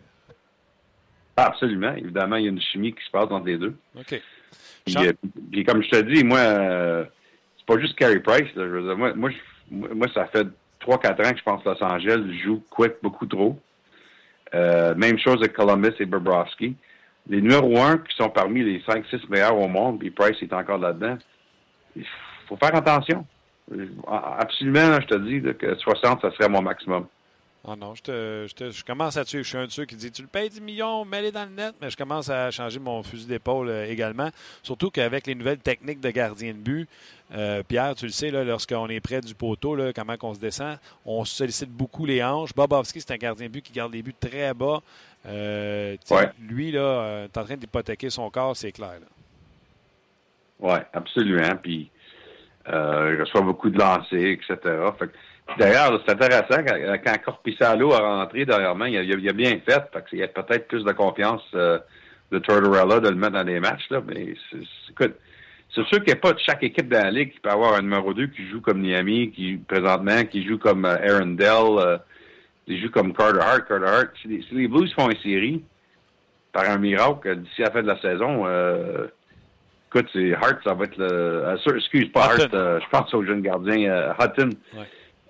Speaker 8: Absolument. Évidemment, il y a une chimie qui se passe entre les deux.
Speaker 2: OK.
Speaker 8: Puis comme je te dis, moi, c'est pas juste Carey Price. Là, je veux dire, moi, ça fait 3-4 ans que je pense que Los Angeles joue quick beaucoup trop. Même chose avec Columbus et Bobrovsky. Les numéros 1 qui sont parmi les 5-6 meilleurs au monde, puis Price est encore là-dedans, il faut faire attention. Absolument, là, je te dis là, que 60, ça serait mon maximum.
Speaker 2: Ah non, je commence à tuer. Je suis un de ceux qui dit tu le payes 10 millions, mets-les dans le net, mais je commence à changer mon fusil d'épaule également. Surtout qu'avec les nouvelles techniques de gardien de but, Pierre, tu le sais, là, lorsqu'on est près du poteau, là, comment on se descend, on sollicite beaucoup les hanches. Bobrovsky, c'est un gardien de but qui garde les buts très bas. Ouais. Lui, là, est en train d'hypothéquer son corps, c'est clair.
Speaker 8: Oui, absolument. Puis, il reçoit beaucoup de lancers, etc. Fait que, d'ailleurs, c'est intéressant, quand Korpisalo a rentré dernièrement, il a bien fait, parce qu'il y a peut-être plus de confiance de Tortorella de le mettre dans des matchs, là, mais écoute, c'est sûr qu'il n'y a pas de chaque équipe dans la Ligue qui peut avoir un numéro 2 qui joue comme Niami, qui joue comme Aaron Dell, qui joue comme Carter Hart. Carter Hart, si les Blues font une série, par un miracle, d'ici à la fin de la saison, écoute, c'est Hart, ça va être le... excuse, pas Hart, je pense au jeune gardien Hutton. Ouais.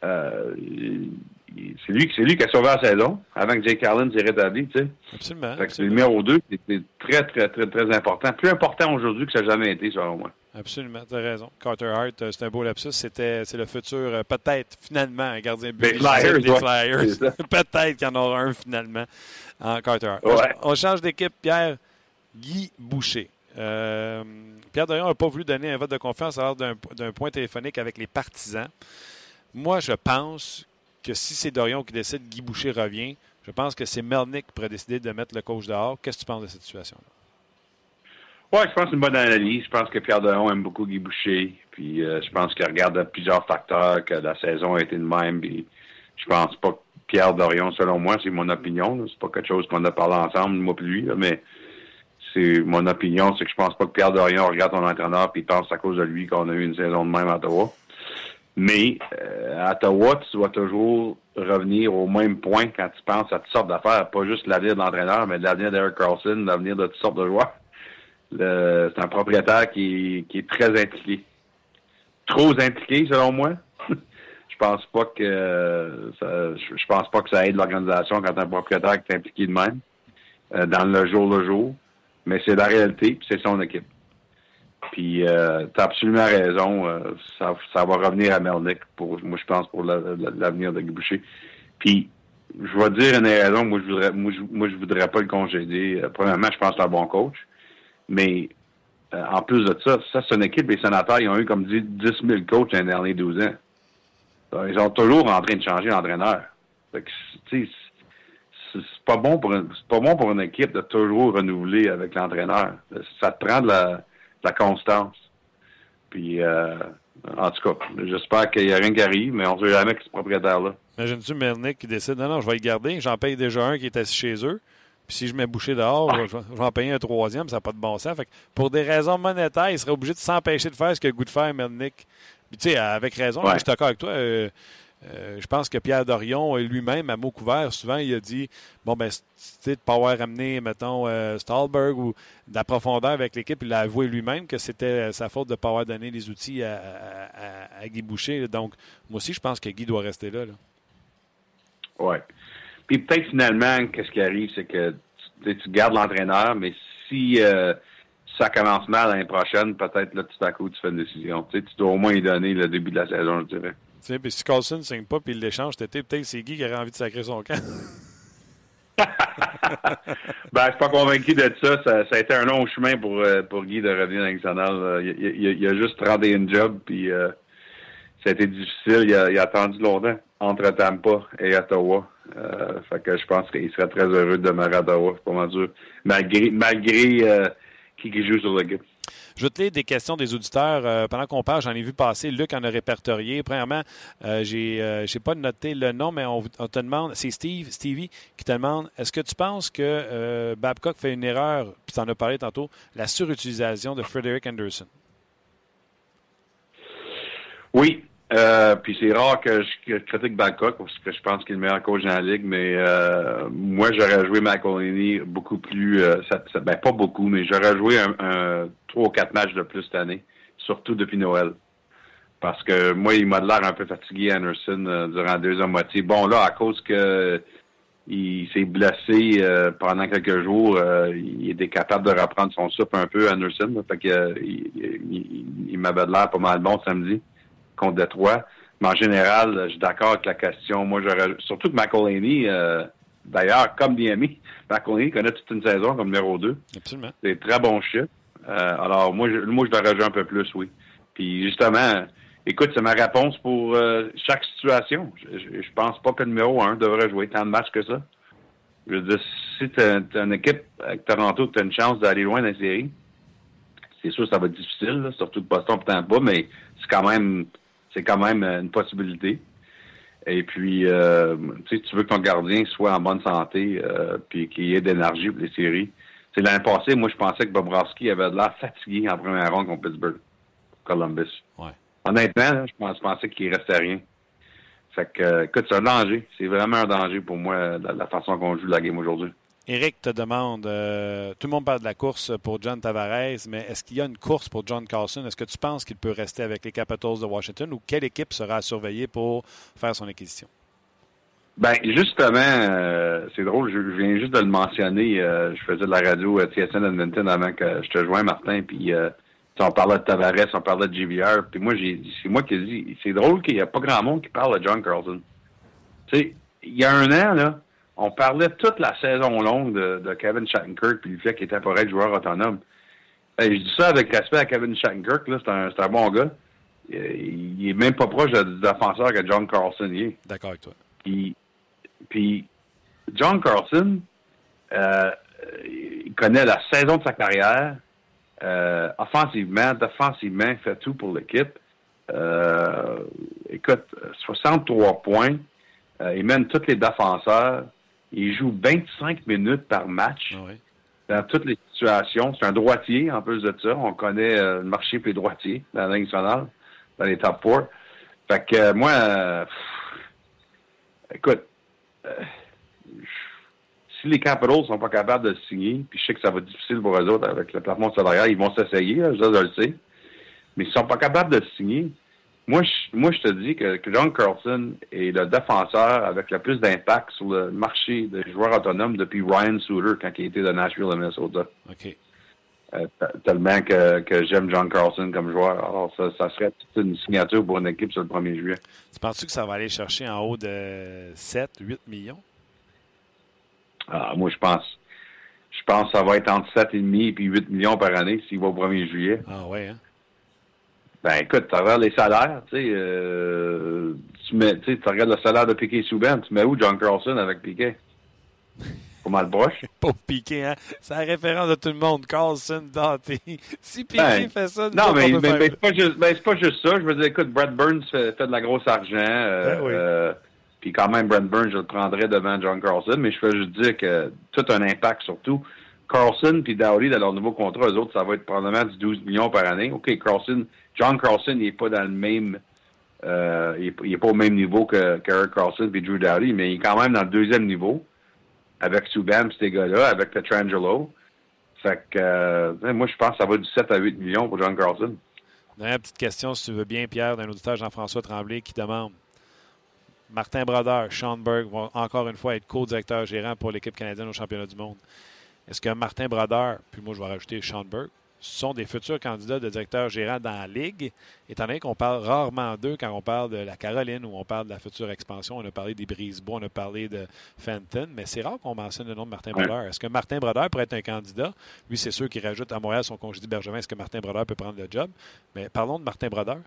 Speaker 8: C'est lui qui a sauvé la saison avant que Jake Allen s'est rétabli, tu sais.
Speaker 2: Absolument.
Speaker 8: Fait que le numéro 2, c'est très, très, très, très important. Plus important aujourd'hui que ça n'a jamais été, selon moi.
Speaker 2: Absolument, tu as raison. Carter Hart, c'est un beau lapsus. C'est le futur, peut-être, finalement, un gardien de but des Flyers. Peut-être qu'il y en aura un, finalement, en Carter Hart. Ouais. On change d'équipe, Pierre. Guy Boucher. Pierre Dorion n'a pas voulu donner un vote de confiance à l'heure d'un point téléphonique avec les partisans. Moi, je pense que si c'est Dorion qui décide, Guy Boucher revient. Je pense que c'est Melnyk qui pourrait décider de mettre le coach dehors. Qu'est-ce que tu penses de cette situation-là?
Speaker 8: Oui, je pense que c'est une bonne analyse. Je pense que Pierre Dorion aime beaucoup Guy Boucher. Puis je pense qu'il regarde plusieurs facteurs, que la saison a été de même. Puis je pense pas que Pierre Dorion, selon moi, c'est mon opinion. Là. C'est pas quelque chose qu'on a parlé ensemble, moi et lui. Là, mais c'est mon opinion, c'est que je pense pas que Pierre Dorion regarde son entraîneur et pense à cause de lui qu'on a eu une saison de même à Ottawa. Mais à Ottawa, tu dois toujours revenir au même point quand tu penses à toutes sortes d'affaires, pas juste l'avenir de l'entraîneur, mais de l'avenir d'Eric Carlson, l'avenir de toutes sortes de joueurs. C'est un propriétaire qui est très impliqué. Trop impliqué, selon moi. Je pense pas que ça aide l'organisation quand un propriétaire qui est impliqué de même dans le jour. Mais c'est la réalité, puis c'est son équipe. Puis, tu as absolument raison. Ça va revenir à Melnyk, moi, je pense, pour l'avenir de Guy Boucher. Puis, je vais dire une raison. Moi, je voudrais pas le congédier. Premièrement, je pense que c'est un bon coach. Mais, en plus de ça, c'est une équipe. Les Sénateurs, ils ont eu, comme dit, 10 000 coachs dans les derniers 12 ans. Ils sont toujours en train de changer d'entraîneur. Fait que, tu sais, c'est pas bon pour une équipe de toujours renouveler avec l'entraîneur. Ça te prend de la constance. Puis, en tout cas, j'espère qu'il n'y a rien qui arrive, mais on ne sait jamais que ce propriétaire-là.
Speaker 2: Imagine-tu Melnick qui décide, non, je vais le garder, j'en paye déjà un qui est assis chez eux, puis si je mets Boucher dehors, je vais en payer un troisième, ça n'a pas de bon sens. Fait que pour des raisons monétaires, il serait obligé de s'empêcher de faire ce qu'il a le goût de faire, Melnick. Puis tu sais, avec raison, je suis d'accord avec toi. Je pense que Pierre Dorion lui-même, à mot couvert, souvent, il a dit bon, ben, tu sais, de ne pas avoir ramené, mettons, Stahlberg ou de la profondeur avec l'équipe. Il a avoué lui-même que c'était sa faute de ne pas avoir donné les outils à Guy Boucher. Donc, moi aussi, je pense que Guy doit rester là.
Speaker 8: Oui. Puis peut-être finalement, qu'est-ce qui arrive, c'est que tu gardes l'entraîneur, mais si ça commence mal l'année prochaine, peut-être là, tout à coup, tu fais une décision. Tu dois au moins lui donner le début de la saison, je dirais.
Speaker 2: Puis si Carlson ne signe pas puis il l'échange cet été, peut-être c'est Guy qui aurait envie de sacrer son camp.
Speaker 8: Je suis pas convaincu de ça. Ça a été un long chemin pour Guy de revenir dans national. Il a juste 31 jobs, puis ça a été difficile. Il a attendu longtemps entre Tampa et Ottawa. Fait que je pense qu'il serait très heureux de demeurer à Ottawa, c'est pas mal sûr. Malgré qui joue sur l'équipe.
Speaker 2: Je vais te lire des questions des auditeurs. Pendant qu'on parle, j'en ai vu passer. Luc en a répertorié. Premièrement, j'ai pas noté le nom, mais on te demande, c'est Stevie, qui te demande, est-ce que tu penses que Babcock fait une erreur, puis tu en as parlé tantôt, la surutilisation de Frederick Anderson? Oui.
Speaker 8: Puis c'est rare que je critique Babcock parce que je pense qu'il est le meilleur coach dans la ligue, mais moi j'aurais joué McElhinney beaucoup plus, pas beaucoup, mais j'aurais joué un 3 ou 4 matchs de plus cette année, surtout depuis Noël. Parce que moi, il m'a l'air un peu fatigué, Anderson, durant la deuxième moitié. Bon, là, à cause que il s'est blessé pendant quelques jours, il était capable de reprendre son souffle un peu, Anderson. Là, fait que il m'avait l'air pas mal bon samedi contre Détroit. Mais en général, je suis d'accord avec la question. Moi, surtout que McElhinney, d'ailleurs, comme Miami, McElhinney connaît toute une saison comme numéro 2.
Speaker 2: Absolument.
Speaker 8: C'est très bon chiffre. Alors, moi, je devrais jouer un peu plus, oui. Puis, justement, écoute, c'est ma réponse pour chaque situation. Je pense pas que le numéro 1 devrait jouer tant de matchs que ça. Je veux dire, si tu as une équipe avec Toronto, tu as une chance d'aller loin dans la série, c'est sûr que ça va être difficile, là, surtout de Boston et Tampa, mais c'est quand même une possibilité. Et puis, tu veux que ton gardien soit en bonne santé puis qu'il y ait d'énergie pour les séries. C'est l'année passée, moi, je pensais que Bobrovsky avait de l'air fatigué en première ronde contre Pittsburgh, Columbus.
Speaker 2: Ouais.
Speaker 8: Honnêtement, là, je pensais qu'il ne restait rien. Fait que, écoute, c'est un danger. C'est vraiment un danger pour moi, la façon qu'on joue la game aujourd'hui.
Speaker 2: Éric te demande, tout le monde parle de la course pour John Tavares, mais est-ce qu'il y a une course pour John Carlson? Est-ce que tu penses qu'il peut rester avec les Capitals de Washington ou quelle équipe sera à surveiller pour faire son acquisition?
Speaker 8: Ben justement, c'est drôle, je viens juste de le mentionner. Je faisais de la radio TSN Edmonton avant que je te joigne, Martin, puis on parlait de Tavares, on parlait de JVR, puis moi, c'est moi qui ai dit, c'est drôle qu'il n'y a pas grand monde qui parle de John Carlson. Tu sais, il y a un an, là, on parlait toute la saison longue de Kevin Shattenkirk puis le fait qu'il était pour être joueur autonome. Je dis ça avec respect à Kevin Shattenkirk, là, c'est un bon gars. Il est même pas proche du défenseur que John Carlson y est.
Speaker 2: D'accord avec toi.
Speaker 8: Puis John Carlson, il connaît la saison de sa carrière. Offensivement, défensivement, il fait tout pour l'équipe. Écoute, 63 points. Il mène tous les défenseurs. Il joue 25 minutes par match dans toutes les situations. C'est un droitier, en plus de ça. On connaît le marché pour les droitiers dans la Ligue nationale, dans les top 4. Fait que moi, écoute, si les Capitals sont pas capables de le signer, puis je sais que ça va être difficile pour eux autres avec le plafond salarial, ils vont s'essayer, je le sais. Mais s'ils sont pas capables de le signer, moi, je te dis que John Carlson est le défenseur avec le plus d'impact sur le marché des joueurs autonomes depuis Ryan Suter quand il était de Nashville à Minnesota.
Speaker 2: OK.
Speaker 8: Tellement que j'aime John Carlson comme joueur. Alors, ça serait toute une signature pour une équipe sur le 1er juillet.
Speaker 2: Tu penses-tu que ça va aller chercher en haut de 7, 8 millions?
Speaker 8: Moi, je pense que ça va être entre 7,5 et 8 millions par année s'il va au 1er juillet.
Speaker 2: Ah ouais, hein?
Speaker 8: Ben écoute, tu regardes les salaires, tu regardes le salaire de Piquet Souban, tu mets où John Carlson avec Piquet? Pas mal broche.
Speaker 2: Pauvre Piqué, hein? C'est la référence de tout le monde. Carlson, Doughty. Si Piqué fait ça...
Speaker 8: Non, mais c'est pas juste ça. Je veux dire, écoute, Brad Burns fait de la grosse argent. Puis quand même, Brad Burns, je le prendrais devant John Carlson. Mais je veux juste dire que tout a un impact surtout. Carlson puis Doughty, dans leur nouveau contrat, eux autres, ça va être probablement du 12 millions par année. OK, John Carlson, il n'est pas dans le même... il est pas au même niveau que Erik Karlsson et Drew Doughty, mais il est quand même dans le deuxième niveau avec Subban, ces gars-là, avec Pietrangelo. Fait que moi, je pense que ça va du 7 à 8 millions pour John Carlson.
Speaker 2: Dernière petite question, si tu veux bien, Pierre, d'un auditeur Jean-François Tremblay qui demande Martin Brodeur, Sean Burke vont encore une fois être co-directeur gérant pour l'équipe canadienne au championnat du monde. Est-ce que Martin Brodeur, puis moi je vais rajouter Sean Burke, sont des futurs candidats de directeur gérant dans la Ligue, étant donné qu'on parle rarement d'eux quand on parle de la Caroline ou on parle de la future expansion. On a parlé des Brisebois, on a parlé de Fenton, mais c'est rare qu'on mentionne le nom de Martin Brodeur. Est-ce que Martin Brodeur pourrait être un candidat? Lui, c'est sûr qu'il rajoute à Montréal son congédie Bergevin. Est-ce que Martin Brodeur peut prendre le job? Mais parlons de Martin Brodeur.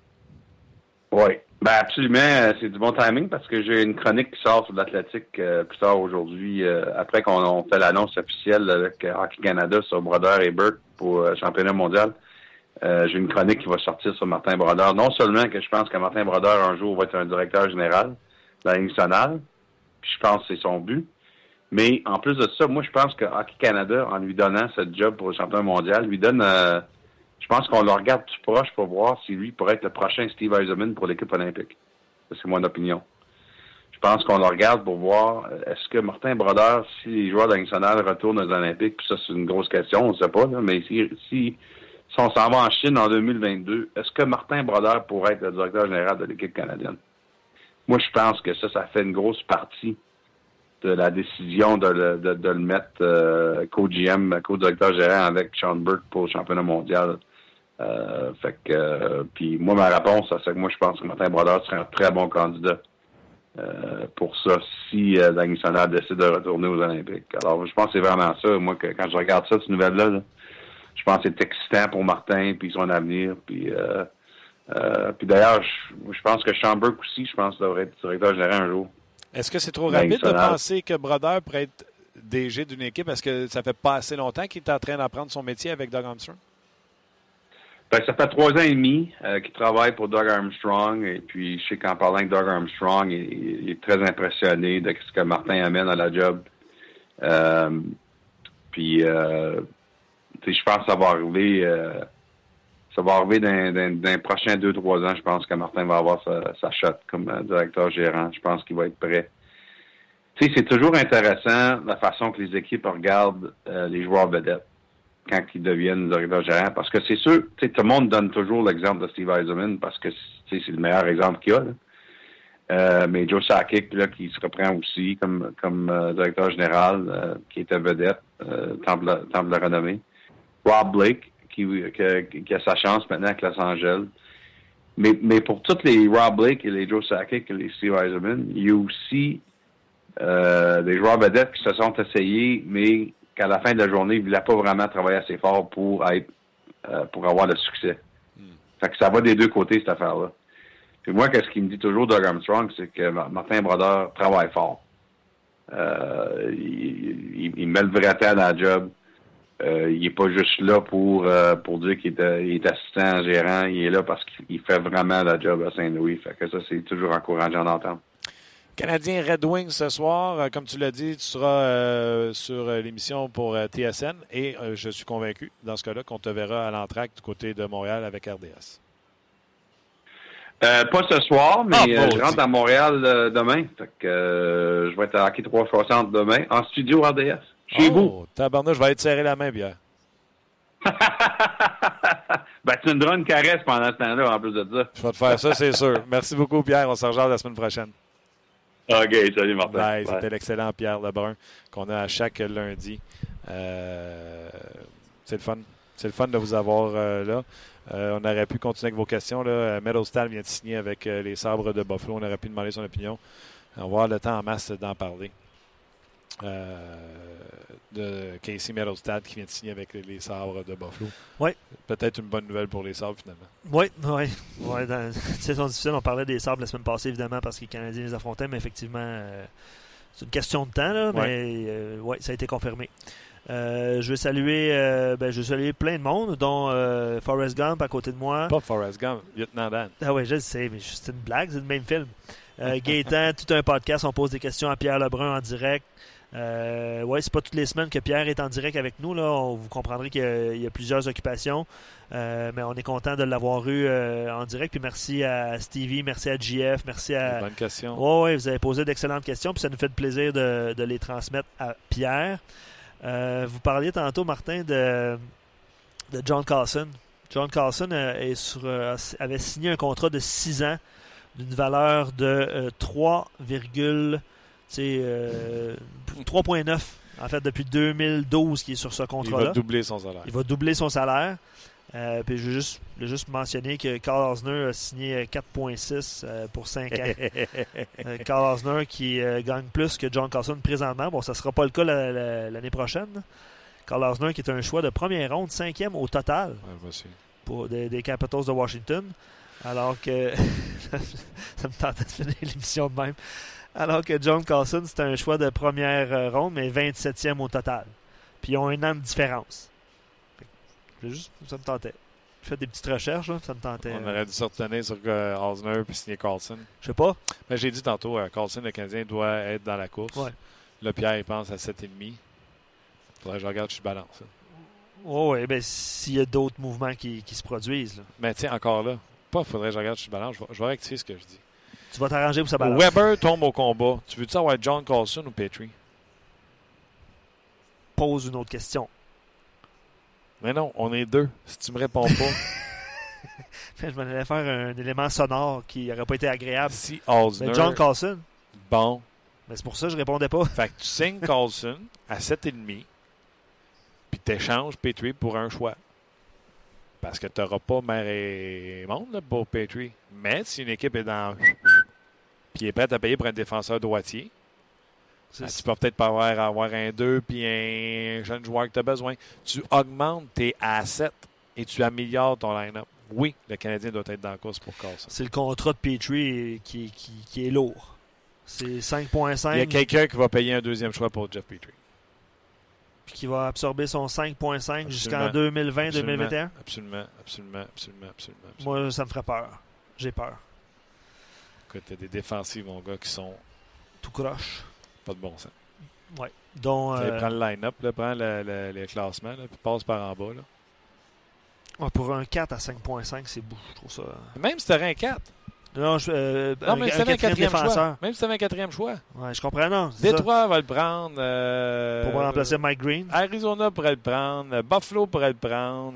Speaker 8: Oui, ben absolument. C'est du bon timing parce que j'ai une chronique qui sort sur l'Athletic plus tard aujourd'hui, après qu'on fait l'annonce officielle avec Hockey Canada sur Brodeur et Burke pour le championnat mondial. J'ai une chronique qui va sortir sur Martin Brodeur. Non seulement que je pense que Martin Brodeur, un jour, va être un directeur général de la Ligue nationale, puis je pense que c'est son but, mais en plus de ça, moi, je pense que Hockey Canada, en lui donnant ce job pour le championnat mondial, lui donne... je pense qu'on le regarde plus proche pour voir si lui pourrait être le prochain Steve Yzerman pour l'équipe olympique. Ça, c'est mon opinion. Je pense qu'on le regarde pour voir est-ce que Martin Brodeur, si les joueurs de la Ligue nationale retournent aux Olympiques, puis ça, c'est une grosse question, on ne sait pas, là, mais si on s'en va en Chine en 2022, est-ce que Martin Brodeur pourrait être le directeur général de l'équipe canadienne? Moi, je pense que ça fait une grosse partie de la décision de le mettre co-GM, co-directeur gérant avec Sean Burke pour le championnat mondial. Puis moi, ma réponse, c'est que moi, je pense que Martin Brodeur serait un très bon candidat pour ça si la Ligue nationale décide de retourner aux Olympiques. Alors, je pense que c'est vraiment ça. Moi, quand je regarde ça, cette nouvelle-là, là, je pense que c'est excitant pour Martin puis son avenir. Puis d'ailleurs, je pense que Sean Burke aussi, je pense, devrait être directeur général un jour.
Speaker 2: Est-ce que c'est trop rapide de penser que Brodeur pourrait être DG d'une équipe? Est-ce que ça fait pas assez longtemps qu'il est en train d'apprendre son métier avec Doug Armstrong?
Speaker 8: Ben, ça fait 3 ans et demi qu'il travaille pour Doug Armstrong. Et puis, je sais qu'en parlant de Doug Armstrong, il est très impressionné de ce que Martin amène à la job. Je pense que ça va arriver dans les prochains 2-3 ans. Je pense que Martin va avoir sa shot comme directeur gérant. Je pense qu'il va être prêt. Tu sais, c'est toujours intéressant la façon que les équipes regardent les joueurs vedettes quand ils deviennent directeur gérant. Parce que c'est sûr, tu sais, tout le monde donne toujours l'exemple de Steve Yzerman parce que c'est le meilleur exemple qu'il y a. Là. Mais Joe Sakic, là, qui se reprend aussi comme directeur général, qui était vedette, temple de la renommée. Rob Blake, qui a sa chance maintenant avec Los Angeles. Mais pour tous les Rob Blake et les Joe Sakic et les Steve Yzerman, il y a aussi des joueurs vedettes qui se sont essayés, mais qu'à la fin de la journée, ils ne voulaient pas vraiment travailler assez fort pour avoir le succès. Fait que ça va des deux côtés, cette affaire-là. Puis moi, qu'est-ce qu'il me dit toujours, Doug Armstrong, c'est que Martin Brodeur travaille fort. Il met le vrai temps dans la job. Il n'est pas juste là pour dire qu'il est assistant gérant. Il est là parce qu'il fait vraiment la job à Saint-Louis. Fait que ça, c'est toujours encourageant d'entendre.
Speaker 2: Canadien Red Wings ce soir, comme tu l'as dit, tu seras sur l'émission pour TSN et je suis convaincu, dans ce cas-là, qu'on te verra à l'entracte du côté de Montréal avec RDS.
Speaker 8: Pas ce soir, mais je rentre à Montréal demain. Fait que je vais être à Hockey 360 demain, en studio RDS. Chez vous.
Speaker 2: Tabarnak, je vais être serré la main, Pierre.
Speaker 8: Ben, tu me donneras une caresse pendant ce temps-là, en plus de ça.
Speaker 2: Je vais te faire ça, c'est sûr. Merci beaucoup, Pierre. On se rejoint la semaine prochaine.
Speaker 8: OK, salut Martin.
Speaker 2: Bye. C'était l'excellent Pierre Lebrun qu'on a à chaque lundi. C'est le fun. C'est le fun de vous avoir là. On aurait pu continuer avec vos questions. Meadowstal vient de signer avec les Sabres de Buffalo. On aurait pu demander son opinion. On va avoir le temps en masse d'en parler. De Casey Meadowstal qui vient de signer avec les Sabres de Buffalo.
Speaker 4: Oui.
Speaker 2: Peut-être une bonne nouvelle pour les Sabres, finalement.
Speaker 4: Oui. Dans la saison difficile, on parlait des Sabres la semaine passée, évidemment, parce que les Canadiens les affrontaient, mais effectivement, C'est une question de temps, là, mais ouais, ça a été confirmé. Je veux saluer plein de monde, dont Forrest Gump à côté de moi.
Speaker 2: Pas Forrest Gump, Lieutenant Dan.
Speaker 4: Ah oui, je le sais, mais c'est une blague, c'est le même film. Gaétan, tout un podcast, on pose des questions à Pierre Lebrun en direct. C'est pas toutes les semaines que Pierre est en direct avec nous. Là. Vous comprendrez qu'il y a plusieurs occupations. Mais on est content de l'avoir eu en direct. Puis merci à Stevie, merci à JF, merci à...
Speaker 2: Bonne question.
Speaker 4: Oui, vous avez posé d'excellentes questions. Puis ça nous fait plaisir de les transmettre à Pierre. Vous parliez tantôt, Martin, de John Carlson. John Carlson avait signé un contrat de 6 ans d'une valeur de 3,9 en fait depuis 2012 qui est sur ce contrat-là.
Speaker 2: Il va doubler son salaire.
Speaker 4: Il va doubler son salaire. Puis je veux juste mentionner que Carl Osner a signé 4,6 pour 5 ans. Carl Osner qui gagne plus que John Carlson présentement. Bon, ça ne sera pas le cas l'année prochaine. Carl Osner qui est un choix de première ronde, 5e au total pour des Capitals de Washington. Alors que ça me tentait de finir l'émission de même. Alors que John Carlson, c'est un choix de première ronde, mais 27e au total. Puis ils ont 1 an de différence. Ça me tentait. J'ai fait des petites recherches, là, ça me tentait.
Speaker 2: On aurait dû se retenir sur Osner puis signer Carlson.
Speaker 4: Je sais pas.
Speaker 2: Mais j'ai dit tantôt, Carlson, le Canadien, doit être dans la course.
Speaker 4: Ouais.
Speaker 2: Là, Pierre, il pense à 7,5. Faudrait que je regarde si je balance.
Speaker 4: Oui, bien, s'il y a d'autres mouvements qui se produisent. Là.
Speaker 2: Mais tiens, encore là, faudrait que je regarde si je balance. Je vais rectifier ce que je dis.
Speaker 4: Tu vas t'arranger pour ça balance.
Speaker 2: Weber tombe au combat. Tu veux-tu avoir John Carlson ou Petrie?
Speaker 4: Pose une autre question.
Speaker 2: Mais non, on est 2. Si tu me réponds pas...
Speaker 4: Je m'en allais faire un élément sonore qui n'aurait pas été agréable.
Speaker 2: Si Osner...
Speaker 4: Mais John Carlson.
Speaker 2: Bon.
Speaker 4: Mais c'est pour ça que je répondais pas.
Speaker 2: Fait que tu signes Carlson à 7,5 puis tu échanges Petrie pour un choix. Parce que tu n'auras pas mer et monde là, pour Petrie. Mais si une équipe est dans... puis est prête à payer pour un défenseur droitier, tu peux peut-être pas avoir un 2 puis un jeune joueur que tu as besoin. Tu augmentes tes assets et tu améliores ton line-up. Oui, le Canadien doit être dans la course pour Carlson.
Speaker 4: C'est le contrat de Petrie qui est lourd. C'est 5,5.
Speaker 2: Il y a quelqu'un qui va payer un 2e choix pour Jeff Petrie.
Speaker 4: Puis qui va absorber son 5,5 jusqu'en 2020-2021.
Speaker 2: Absolument.
Speaker 4: Moi, ça me ferait peur. J'ai peur.
Speaker 2: Écoute, t'as des défensives, mon gars, qui sont...
Speaker 4: tout croche.
Speaker 2: Pas de bon sens.
Speaker 4: Oui. Donc,
Speaker 2: prends le line-up, prends le classement, là, puis passe par en bas. Là.
Speaker 4: Ouais, pour un 4 à 5,5, c'est beau, je trouve ça.
Speaker 2: Même si tu aurais un 4.
Speaker 4: Non,
Speaker 2: même si tu avais un 4e choix. Même si tu avais un 4e choix.
Speaker 4: Ouais, je comprends, non.
Speaker 2: Détroit va le prendre.
Speaker 4: Pour remplacer Mike Green.
Speaker 2: Arizona pourrait le prendre. Buffalo pourrait le prendre.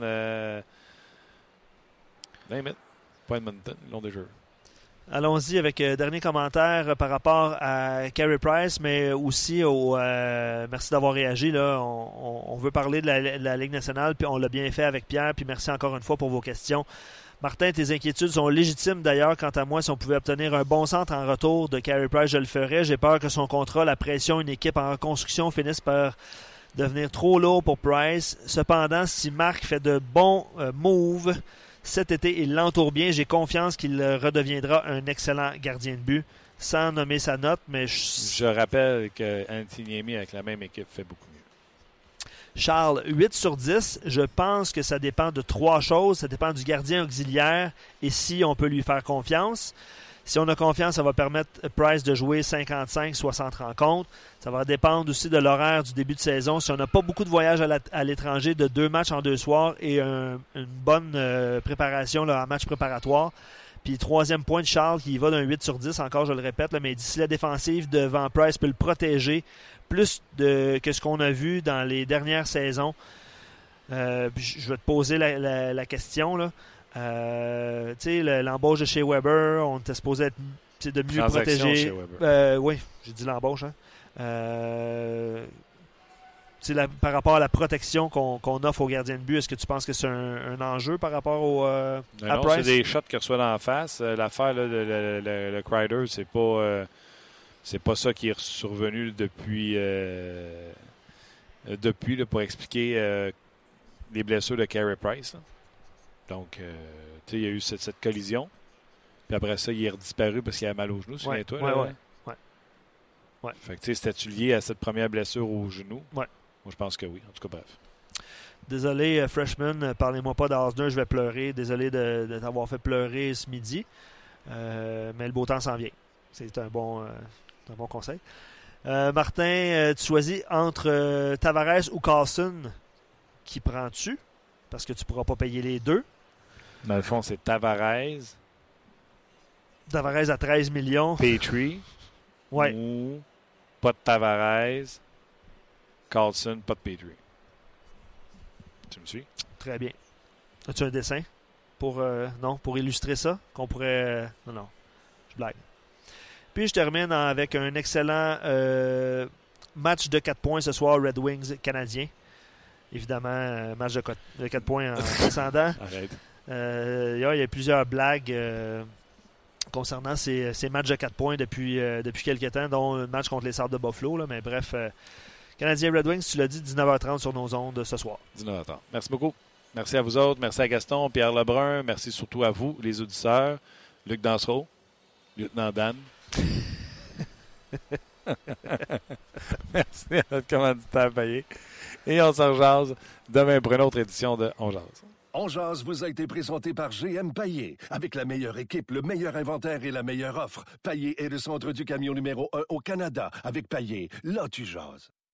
Speaker 2: Pas Edmonton, ils l'ont déjà eu.
Speaker 4: Allons-y avec dernier commentaire par rapport à Carey Price, mais aussi merci d'avoir réagi. Là. On veut parler de la Ligue nationale, puis on l'a bien fait avec Pierre, puis merci encore une fois pour vos questions. Martin, tes inquiétudes sont légitimes d'ailleurs. Quant à moi, si on pouvait obtenir un bon centre en retour de Carey Price, je le ferais. J'ai peur que son contrat, la pression, une équipe en reconstruction finisse par devenir trop lourd pour Price. Cependant, si Marc fait de bons moves cet été, il l'entoure bien. J'ai confiance qu'il redeviendra un excellent gardien de but, sans nommer sa note. Mais
Speaker 2: je rappelle que Anthony Niemi avec la même équipe fait beaucoup mieux.
Speaker 4: Charles, 8 sur 10. Je pense que ça dépend de 3 choses. Ça dépend du gardien auxiliaire et si on peut lui faire confiance. Si on a confiance, ça va permettre Price de jouer 55-60 rencontres. Ça va dépendre aussi de l'horaire du début de saison. Si on n'a pas beaucoup de voyages à l'étranger, de 2 matchs en 2 soirs et une bonne préparation là, en match préparatoire. Puis 3e point de Charles qui va d'un 8 sur 10, encore je le répète, là, mais d'ici la défensive devant Price peut le protéger plus que ce qu'on a vu dans les dernières saisons. Je vais te poser la question, là. L'embauche de chez Weber, on était supposé être de mieux protéger. Oui, j'ai dit l'embauche. Hein. Par rapport à la protection qu'on offre aux gardiens de but, est-ce que tu penses que c'est un enjeu par rapport à Price?
Speaker 2: C'est des shots qu'il reçoit d'en face. L'affaire, le Kreider, c'est pas ça qui est survenu depuis pour expliquer les blessures de Carey Price. Là. Donc, il y a eu cette collision. Puis après ça, il est redisparu parce qu'il a mal au genou, souviens-toi.
Speaker 4: Ouais.
Speaker 2: Fait que, c'était-tu lié à cette première blessure au genou?
Speaker 4: Ouais.
Speaker 2: Moi, je pense que oui. En tout cas, bref.
Speaker 4: Désolé, Freshman, parlez-moi pas d'Osner, je vais pleurer. Désolé de t'avoir fait pleurer ce midi. Mais le beau temps s'en vient. C'est un bon conseil. Martin, tu choisis entre Tavares ou Carlson. Qui prends-tu? Parce que tu ne pourras pas payer les deux.
Speaker 2: Dans le fond, c'est Tavares.
Speaker 4: Tavares à 13 millions.
Speaker 2: Petrie.
Speaker 4: Ouais.
Speaker 2: Ou pas de Tavares. Carlson, pas de Petrie. Tu me suis?
Speaker 4: Très bien. As-tu un dessin pour illustrer ça? Qu'on pourrait... Non, je blague. Puis je termine avec un excellent match de 4 points ce soir, Red Wings canadien. Évidemment, match de 4 points en descendant.
Speaker 2: Arrête.
Speaker 4: Il y a plusieurs blagues concernant ces matchs de 4 points depuis quelques temps, dont un match contre les Sabres de Buffalo. Là, mais bref, Canadien Red Wings, tu l'as dit, 19h30 sur nos ondes ce soir.
Speaker 2: 19h30. Merci beaucoup. Merci à vous autres. Merci à Gaston, Pierre Lebrun. Merci surtout à vous, les auditeurs. Luc Dansereau, Lieutenant Dan. Merci à notre commanditaire payé. Et on s'en jase demain pour une autre édition de On jase.
Speaker 1: On jase vous a été présenté par GM Payé. Avec la meilleure équipe, le meilleur inventaire et la meilleure offre. Payé est le centre du camion numéro 1 au Canada. Avec Payé, là tu jases.